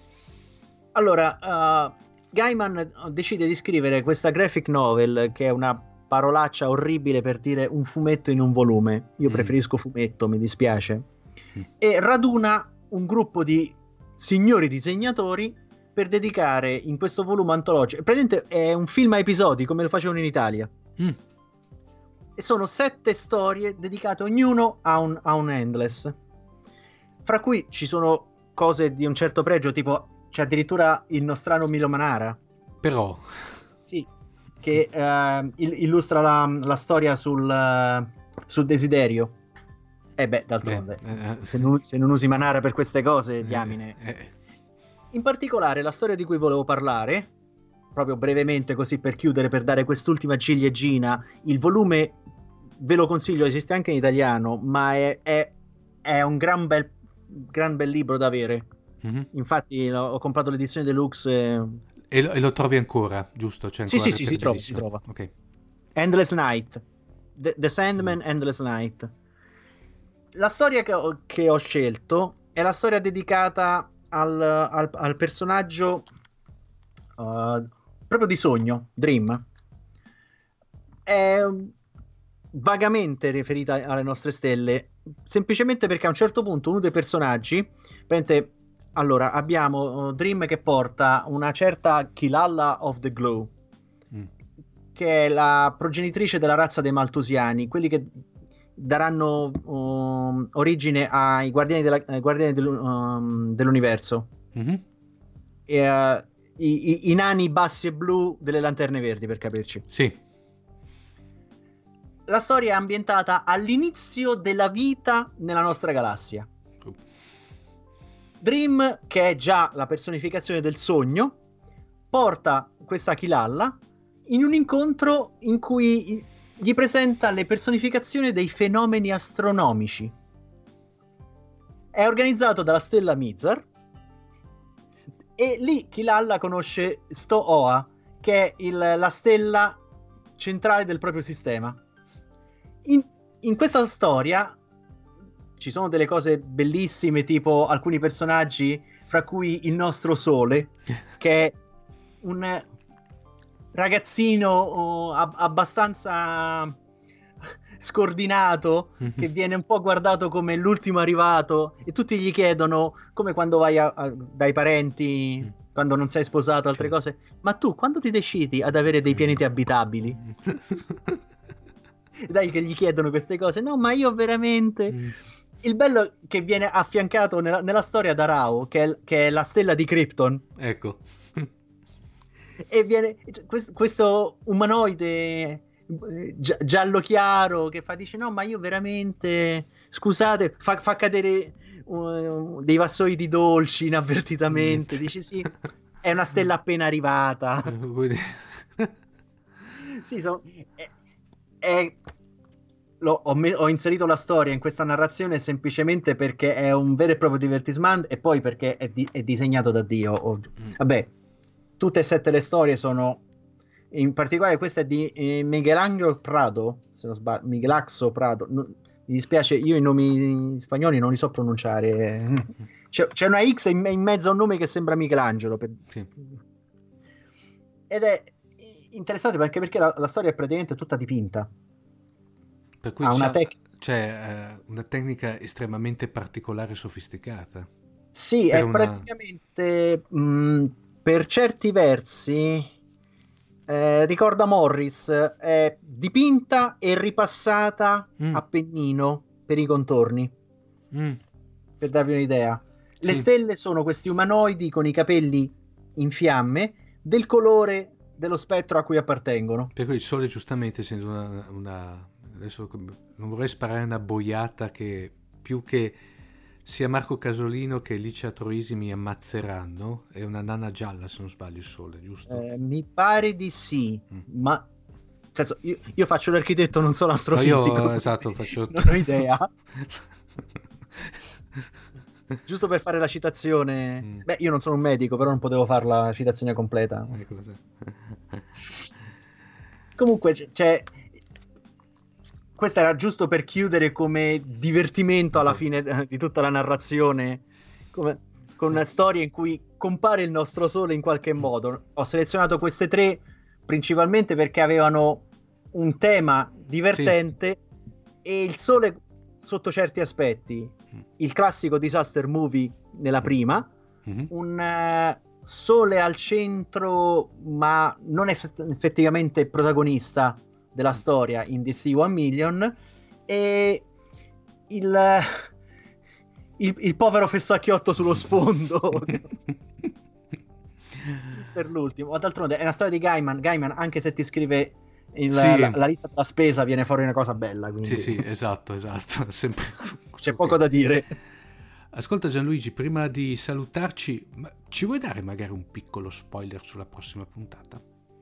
Allora, Gaiman decide di scrivere questa graphic novel, che è una parolaccia orribile per dire un fumetto in un volume. Io preferisco fumetto, mi dispiace. E raduna un gruppo di signori disegnatori per dedicare in questo volume antologico. Praticamente è un film a episodi, come lo facevano in Italia. E sono 7 storie dedicate ognuno a un Endless, fra cui ci sono cose di un certo pregio, tipo c'è addirittura il nostrano Milo Manara. Però sì, che illustra la storia sul Desiderio. D'altronde, se non usi Manara per queste cose, diamine. In particolare, la storia di cui volevo parlare, proprio brevemente, così per chiudere, per dare quest'ultima ciliegina, il volume, ve lo consiglio, esiste anche in italiano, ma è un gran bel libro da avere. Infatti ho comprato l'edizione deluxe. E lo trovi ancora, giusto? C'è ancora Si trova. Okay. Endless Night, The Sandman, Endless Night. La storia che ho scelto è la storia dedicata al personaggio proprio di sogno, Dream. È vagamente riferita alle nostre stelle, semplicemente perché a un certo punto uno dei personaggi, allora abbiamo Dream che porta una certa Kilala of the Glow, che è la progenitrice della razza dei Maltusiani, quelli che daranno origine ai guardiani dell'universo. Mm-hmm. I nani bassi e blu delle lanterne verdi, per capirci. Sì. La storia è ambientata all'inizio della vita nella nostra galassia. Dream, che è già la personificazione del sogno, porta questa Kilalla in un incontro in cui gli presenta le personificazioni dei fenomeni astronomici. È organizzato dalla stella Mizar e lì Kilalla conosce Sto-Oa, che è la stella centrale del proprio sistema. In questa storia ci sono delle cose bellissime, tipo alcuni personaggi, fra cui il nostro Sole, che è un ragazzino abbastanza scordinato, che viene un po' guardato come l'ultimo arrivato, e tutti gli chiedono, come quando vai dai parenti, quando non sei sposato, altre cose, ma tu quando ti decidi ad avere dei pianeti abitabili? Dai, che gli chiedono queste cose. No, ma io veramente... Il bello è che viene affiancato nella storia da Rao, che è la stella di Krypton. Ecco. E viene questo umanoide giallo chiaro che dice no, ma io veramente... Scusate, fa cadere dei vassoi di dolci inavvertitamente. Dice sì, è una stella appena arrivata. Sì, ho inserito la storia in questa narrazione semplicemente perché è un vero e proprio divertissement, e poi perché è disegnato da Dio. Vabbè, tutte e 7 le storie sono, in particolare questa è di Miguel Prado, se non sbaglio, Miguelaxo Prado. Mi dispiace, io i nomi spagnoli non li so pronunciare. C'è una X in mezzo a un nome che sembra Michelangelo. Sì. Ed è interessante perché la storia è praticamente tutta dipinta. Per cui c'è una tecnica estremamente particolare e sofisticata. Sì, è praticamente per certi versi ricorda Morris, è dipinta e ripassata a pennino per i contorni, per darvi un'idea. Le stelle sono questi umanoidi con i capelli in fiamme del colore dello spettro a cui appartengono. Per cui il Sole, giustamente, essendo una adesso non vorrei sparare una boiata, che più che sia Marco Casolino che Licia Troisi mi ammazzeranno, è una nana gialla, se non sbaglio, il Sole, giusto? Mi pare di sì, ma nel senso, io faccio l'architetto, non so l'astrofisico. Esatto, faccio... non ho idea. Giusto per fare la citazione. Beh, io non sono un medico, però non potevo fare la citazione completa. Comunque c'è... Questo era giusto per chiudere come divertimento alla fine di tutta la narrazione, con una storia in cui compare il nostro Sole in qualche modo. Ho selezionato queste 3 principalmente perché avevano un tema divertente, e il Sole sotto certi aspetti, il classico disaster movie nella prima, un Sole al centro ma non effettivamente protagonista della storia in DC 1 Million, e il povero fessacchiotto sullo sfondo per l'ultimo. Ma d'altronde è una storia di Gaiman, anche se ti scrive la lista della spesa, viene fuori una cosa bella, quindi. Sì, esatto. Sempre... C'è poco da dire. Ascolta Gianluigi, prima di salutarci, ci vuoi dare magari un piccolo spoiler sulla prossima puntata?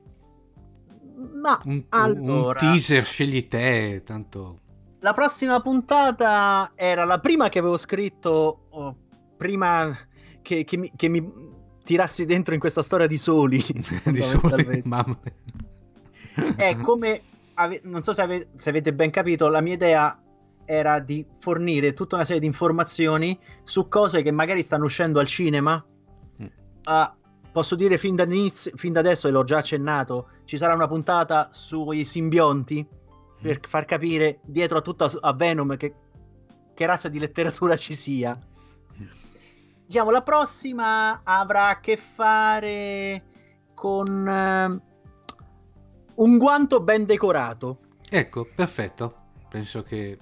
Ma allora, un teaser, scegli te, tanto. La prossima puntata era la prima che avevo scritto prima che mi tirassi dentro in questa storia di soli. Di soli, mamma. È come non so se avete ben capito, la mia idea era di fornire tutta una serie di informazioni su cose che magari stanno uscendo al cinema. Posso dire fin da adesso, e l'ho già accennato, ci sarà una puntata sui simbionti per far capire dietro a Venom che razza di letteratura ci sia. Diciamo, la prossima avrà a che fare con un guanto ben decorato. Ecco, perfetto. Penso che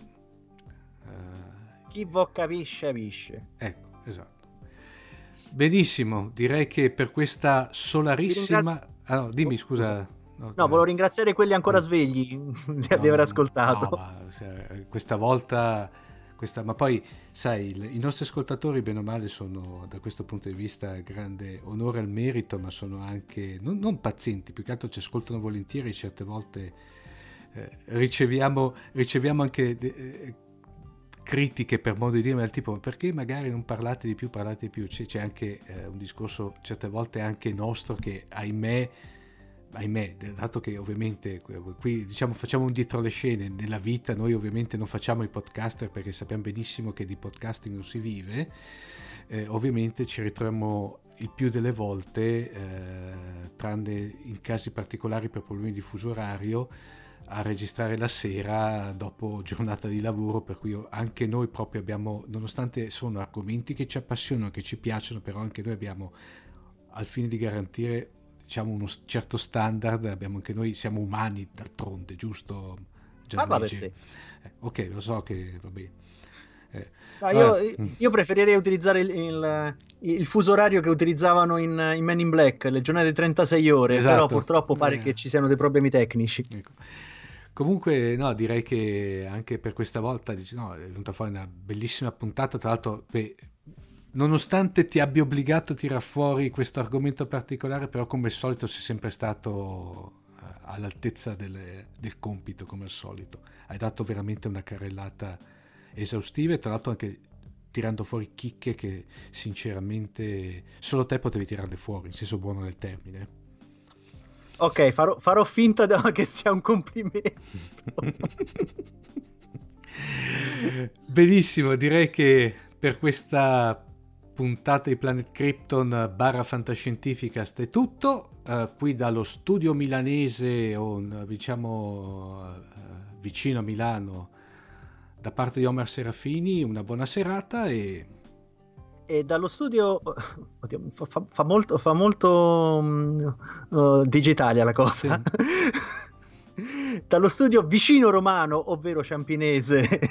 chi vo capisce. Ecco, esatto. Benissimo, direi che per questa solarissima... no, dimmi, scusa. No, volevo ringraziare quelli ancora svegli di aver ascoltato. Questa volta... ma poi, sai, i nostri ascoltatori, bene o male, sono, da questo punto di vista, grande onore al merito, ma sono anche, non pazienti, più che altro ci ascoltano volentieri. Certe volte riceviamo anche... critiche, per modo di dire, del tipo: ma perché magari non parlate di più? C'è anche un discorso certe volte anche nostro che ahimè, dato che ovviamente qui diciamo facciamo un dietro le scene nella vita, noi ovviamente non facciamo i podcaster perché sappiamo benissimo che di podcasting non si vive, ovviamente ci ritroviamo il più delle volte, tranne in casi particolari per problemi di fuso orario, a registrare la sera dopo giornata di lavoro, per cui anche noi proprio abbiamo, nonostante sono argomenti che ci appassionano, che ci piacciono, però anche noi abbiamo, al fine di garantire, diciamo, uno certo standard, abbiamo anche noi, siamo umani d'altronde, giusto? Parla per te. Ok, lo so che vabbè. Io preferirei utilizzare il fuso orario che utilizzavano in Men in Black, le giornate di 36 ore, esatto. Però purtroppo pare che ci siano dei problemi tecnici. Ecco. Comunque, no, direi che anche per questa volta è venuta fuori una bellissima puntata. Tra l'altro, nonostante ti abbia obbligato a tirar fuori questo argomento particolare, però come al solito sei sempre stato all'altezza del compito, come al solito. Hai dato veramente una carrellata esaustiva, e tra l'altro anche tirando fuori chicche che sinceramente solo te potevi tirarle fuori, in senso buono del termine. Ok, farò finta che sia un complimento. Benissimo, direi che per questa puntata di Planet Krypton / Fantascientificast è tutto. Qui dallo studio milanese, o diciamo vicino a Milano, da parte di Omar Serafini, una buona serata, e dallo studio fa molto digitale la cosa. Sì. Dallo studio vicino Romano, ovvero Ciampinese.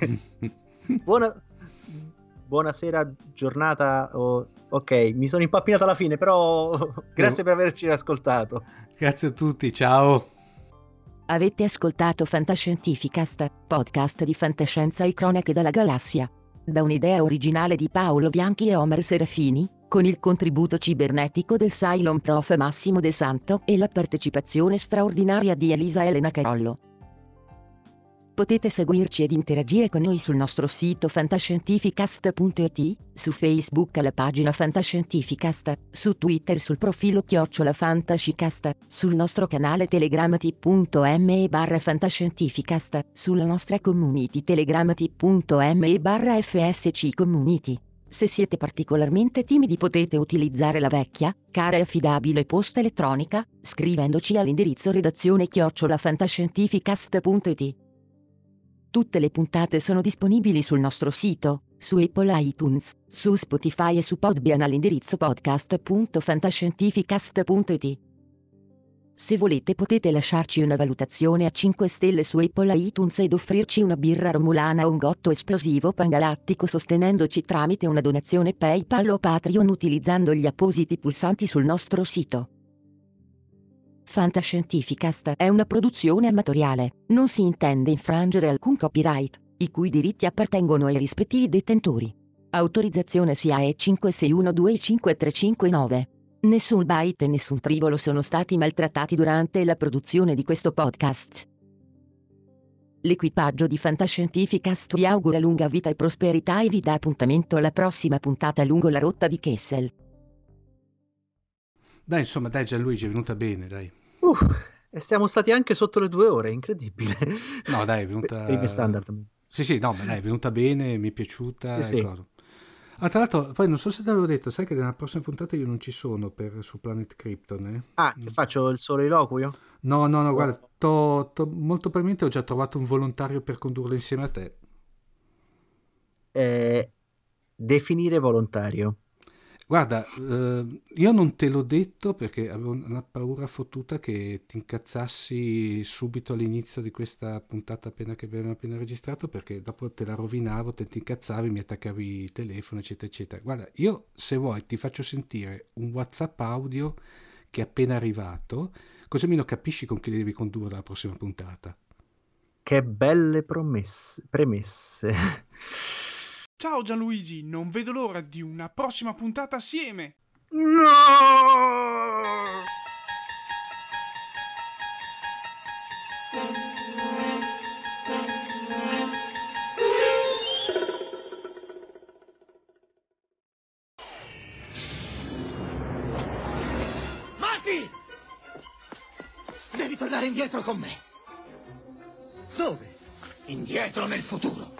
Buonasera, giornata. Ok, mi sono impappinato alla fine, però grazie per averci ascoltato. Grazie a tutti, ciao. Avete ascoltato Fantascientificast, podcast di fantascienza e cronache dalla galassia. Da un'idea originale di Paolo Bianchi e Omar Serafini, con il contributo cibernetico del Cylon Prof Massimo De Santo e la partecipazione straordinaria di Elisa Elena Carollo. Potete seguirci ed interagire con noi sul nostro sito fantascientificast.it, su Facebook alla pagina Fantascientificast, su Twitter sul profilo @Fantascicast, sul nostro canale Telegram t.me/Fantascientificast, sulla nostra community Telegram t.me/FSC Community. Se siete particolarmente timidi potete utilizzare la vecchia, cara e affidabile posta elettronica, scrivendoci all'indirizzo redazione@fantascientificast.it. Tutte le puntate sono disponibili sul nostro sito, su Apple iTunes, su Spotify e su Podbean all'indirizzo podcast.fantascientificast.it. Se volete potete lasciarci una valutazione a 5 stelle su Apple iTunes ed offrirci una birra romulana o un gotto esplosivo pangalattico sostenendoci tramite una donazione PayPal o Patreon utilizzando gli appositi pulsanti sul nostro sito. Fantascientificast è una produzione amatoriale, non si intende infrangere alcun copyright, i cui diritti appartengono ai rispettivi detentori. Autorizzazione SIAE 56125359. Nessun byte e nessun tribolo sono stati maltrattati durante la produzione di questo podcast. L'equipaggio di Fantascientificast vi augura lunga vita e prosperità e vi dà appuntamento alla prossima puntata lungo la rotta di Kessel. Dai, insomma, dai Gianluigi, è venuta bene, dai. E siamo stati anche sotto le 2 ore, incredibile. No, dai, è venuta... Per i miei standard. Sì, no, ma dai, è venuta bene, mi è piaciuta. Sì. Tra l'altro, poi non so se te l'avevo detto, sai che nella prossima puntata io non ci sono su Planet Krypton, che faccio il soliloquio? No, guarda, molto probabilmente ho già trovato un volontario per condurlo insieme a te. Definire volontario. Guarda, io non te l'ho detto perché avevo una paura fottuta che ti incazzassi subito all'inizio di questa puntata che abbiamo appena registrato, perché dopo te la rovinavo, te ti incazzavi, mi attaccavi il telefono, eccetera, eccetera. Guarda, io se vuoi ti faccio sentire un WhatsApp audio che è appena arrivato, così almeno capisci con chi devi condurre la prossima puntata. Che belle premesse. Ciao Gianluigi, non vedo l'ora di una prossima puntata assieme! No! Marty! Devi tornare indietro con me. Dove? Indietro nel futuro.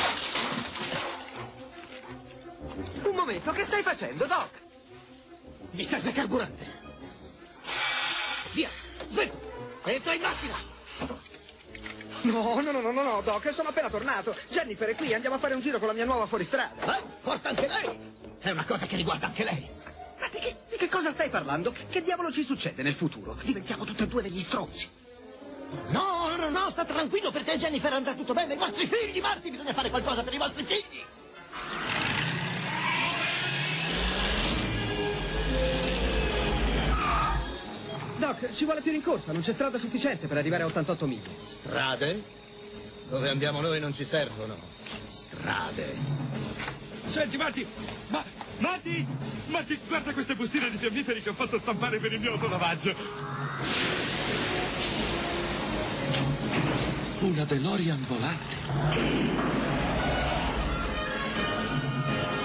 Un momento, che stai facendo, Doc? Mi serve carburante. Via, svelto. Entra in macchina. No, Doc, sono appena tornato. Jennifer è qui, andiamo a fare un giro con la mia nuova fuoristrada. Porta anche lei. È una cosa che riguarda anche lei. Ma di che cosa stai parlando? Che diavolo ci succede nel futuro? Diventiamo tutti e due degli stronzi. No, sta tranquillo perché Jennifer andrà tutto bene. I vostri figli, Marty, bisogna fare qualcosa per i vostri figli. Doc, ci vuole più rincorsa, non c'è strada sufficiente per arrivare a 88 miglia. Strade? Dove andiamo noi non ci servono strade. Senti, Marty, guarda queste bustine di fiammiferi che ho fatto stampare per il mio autolavaggio. Una DeLorean volante.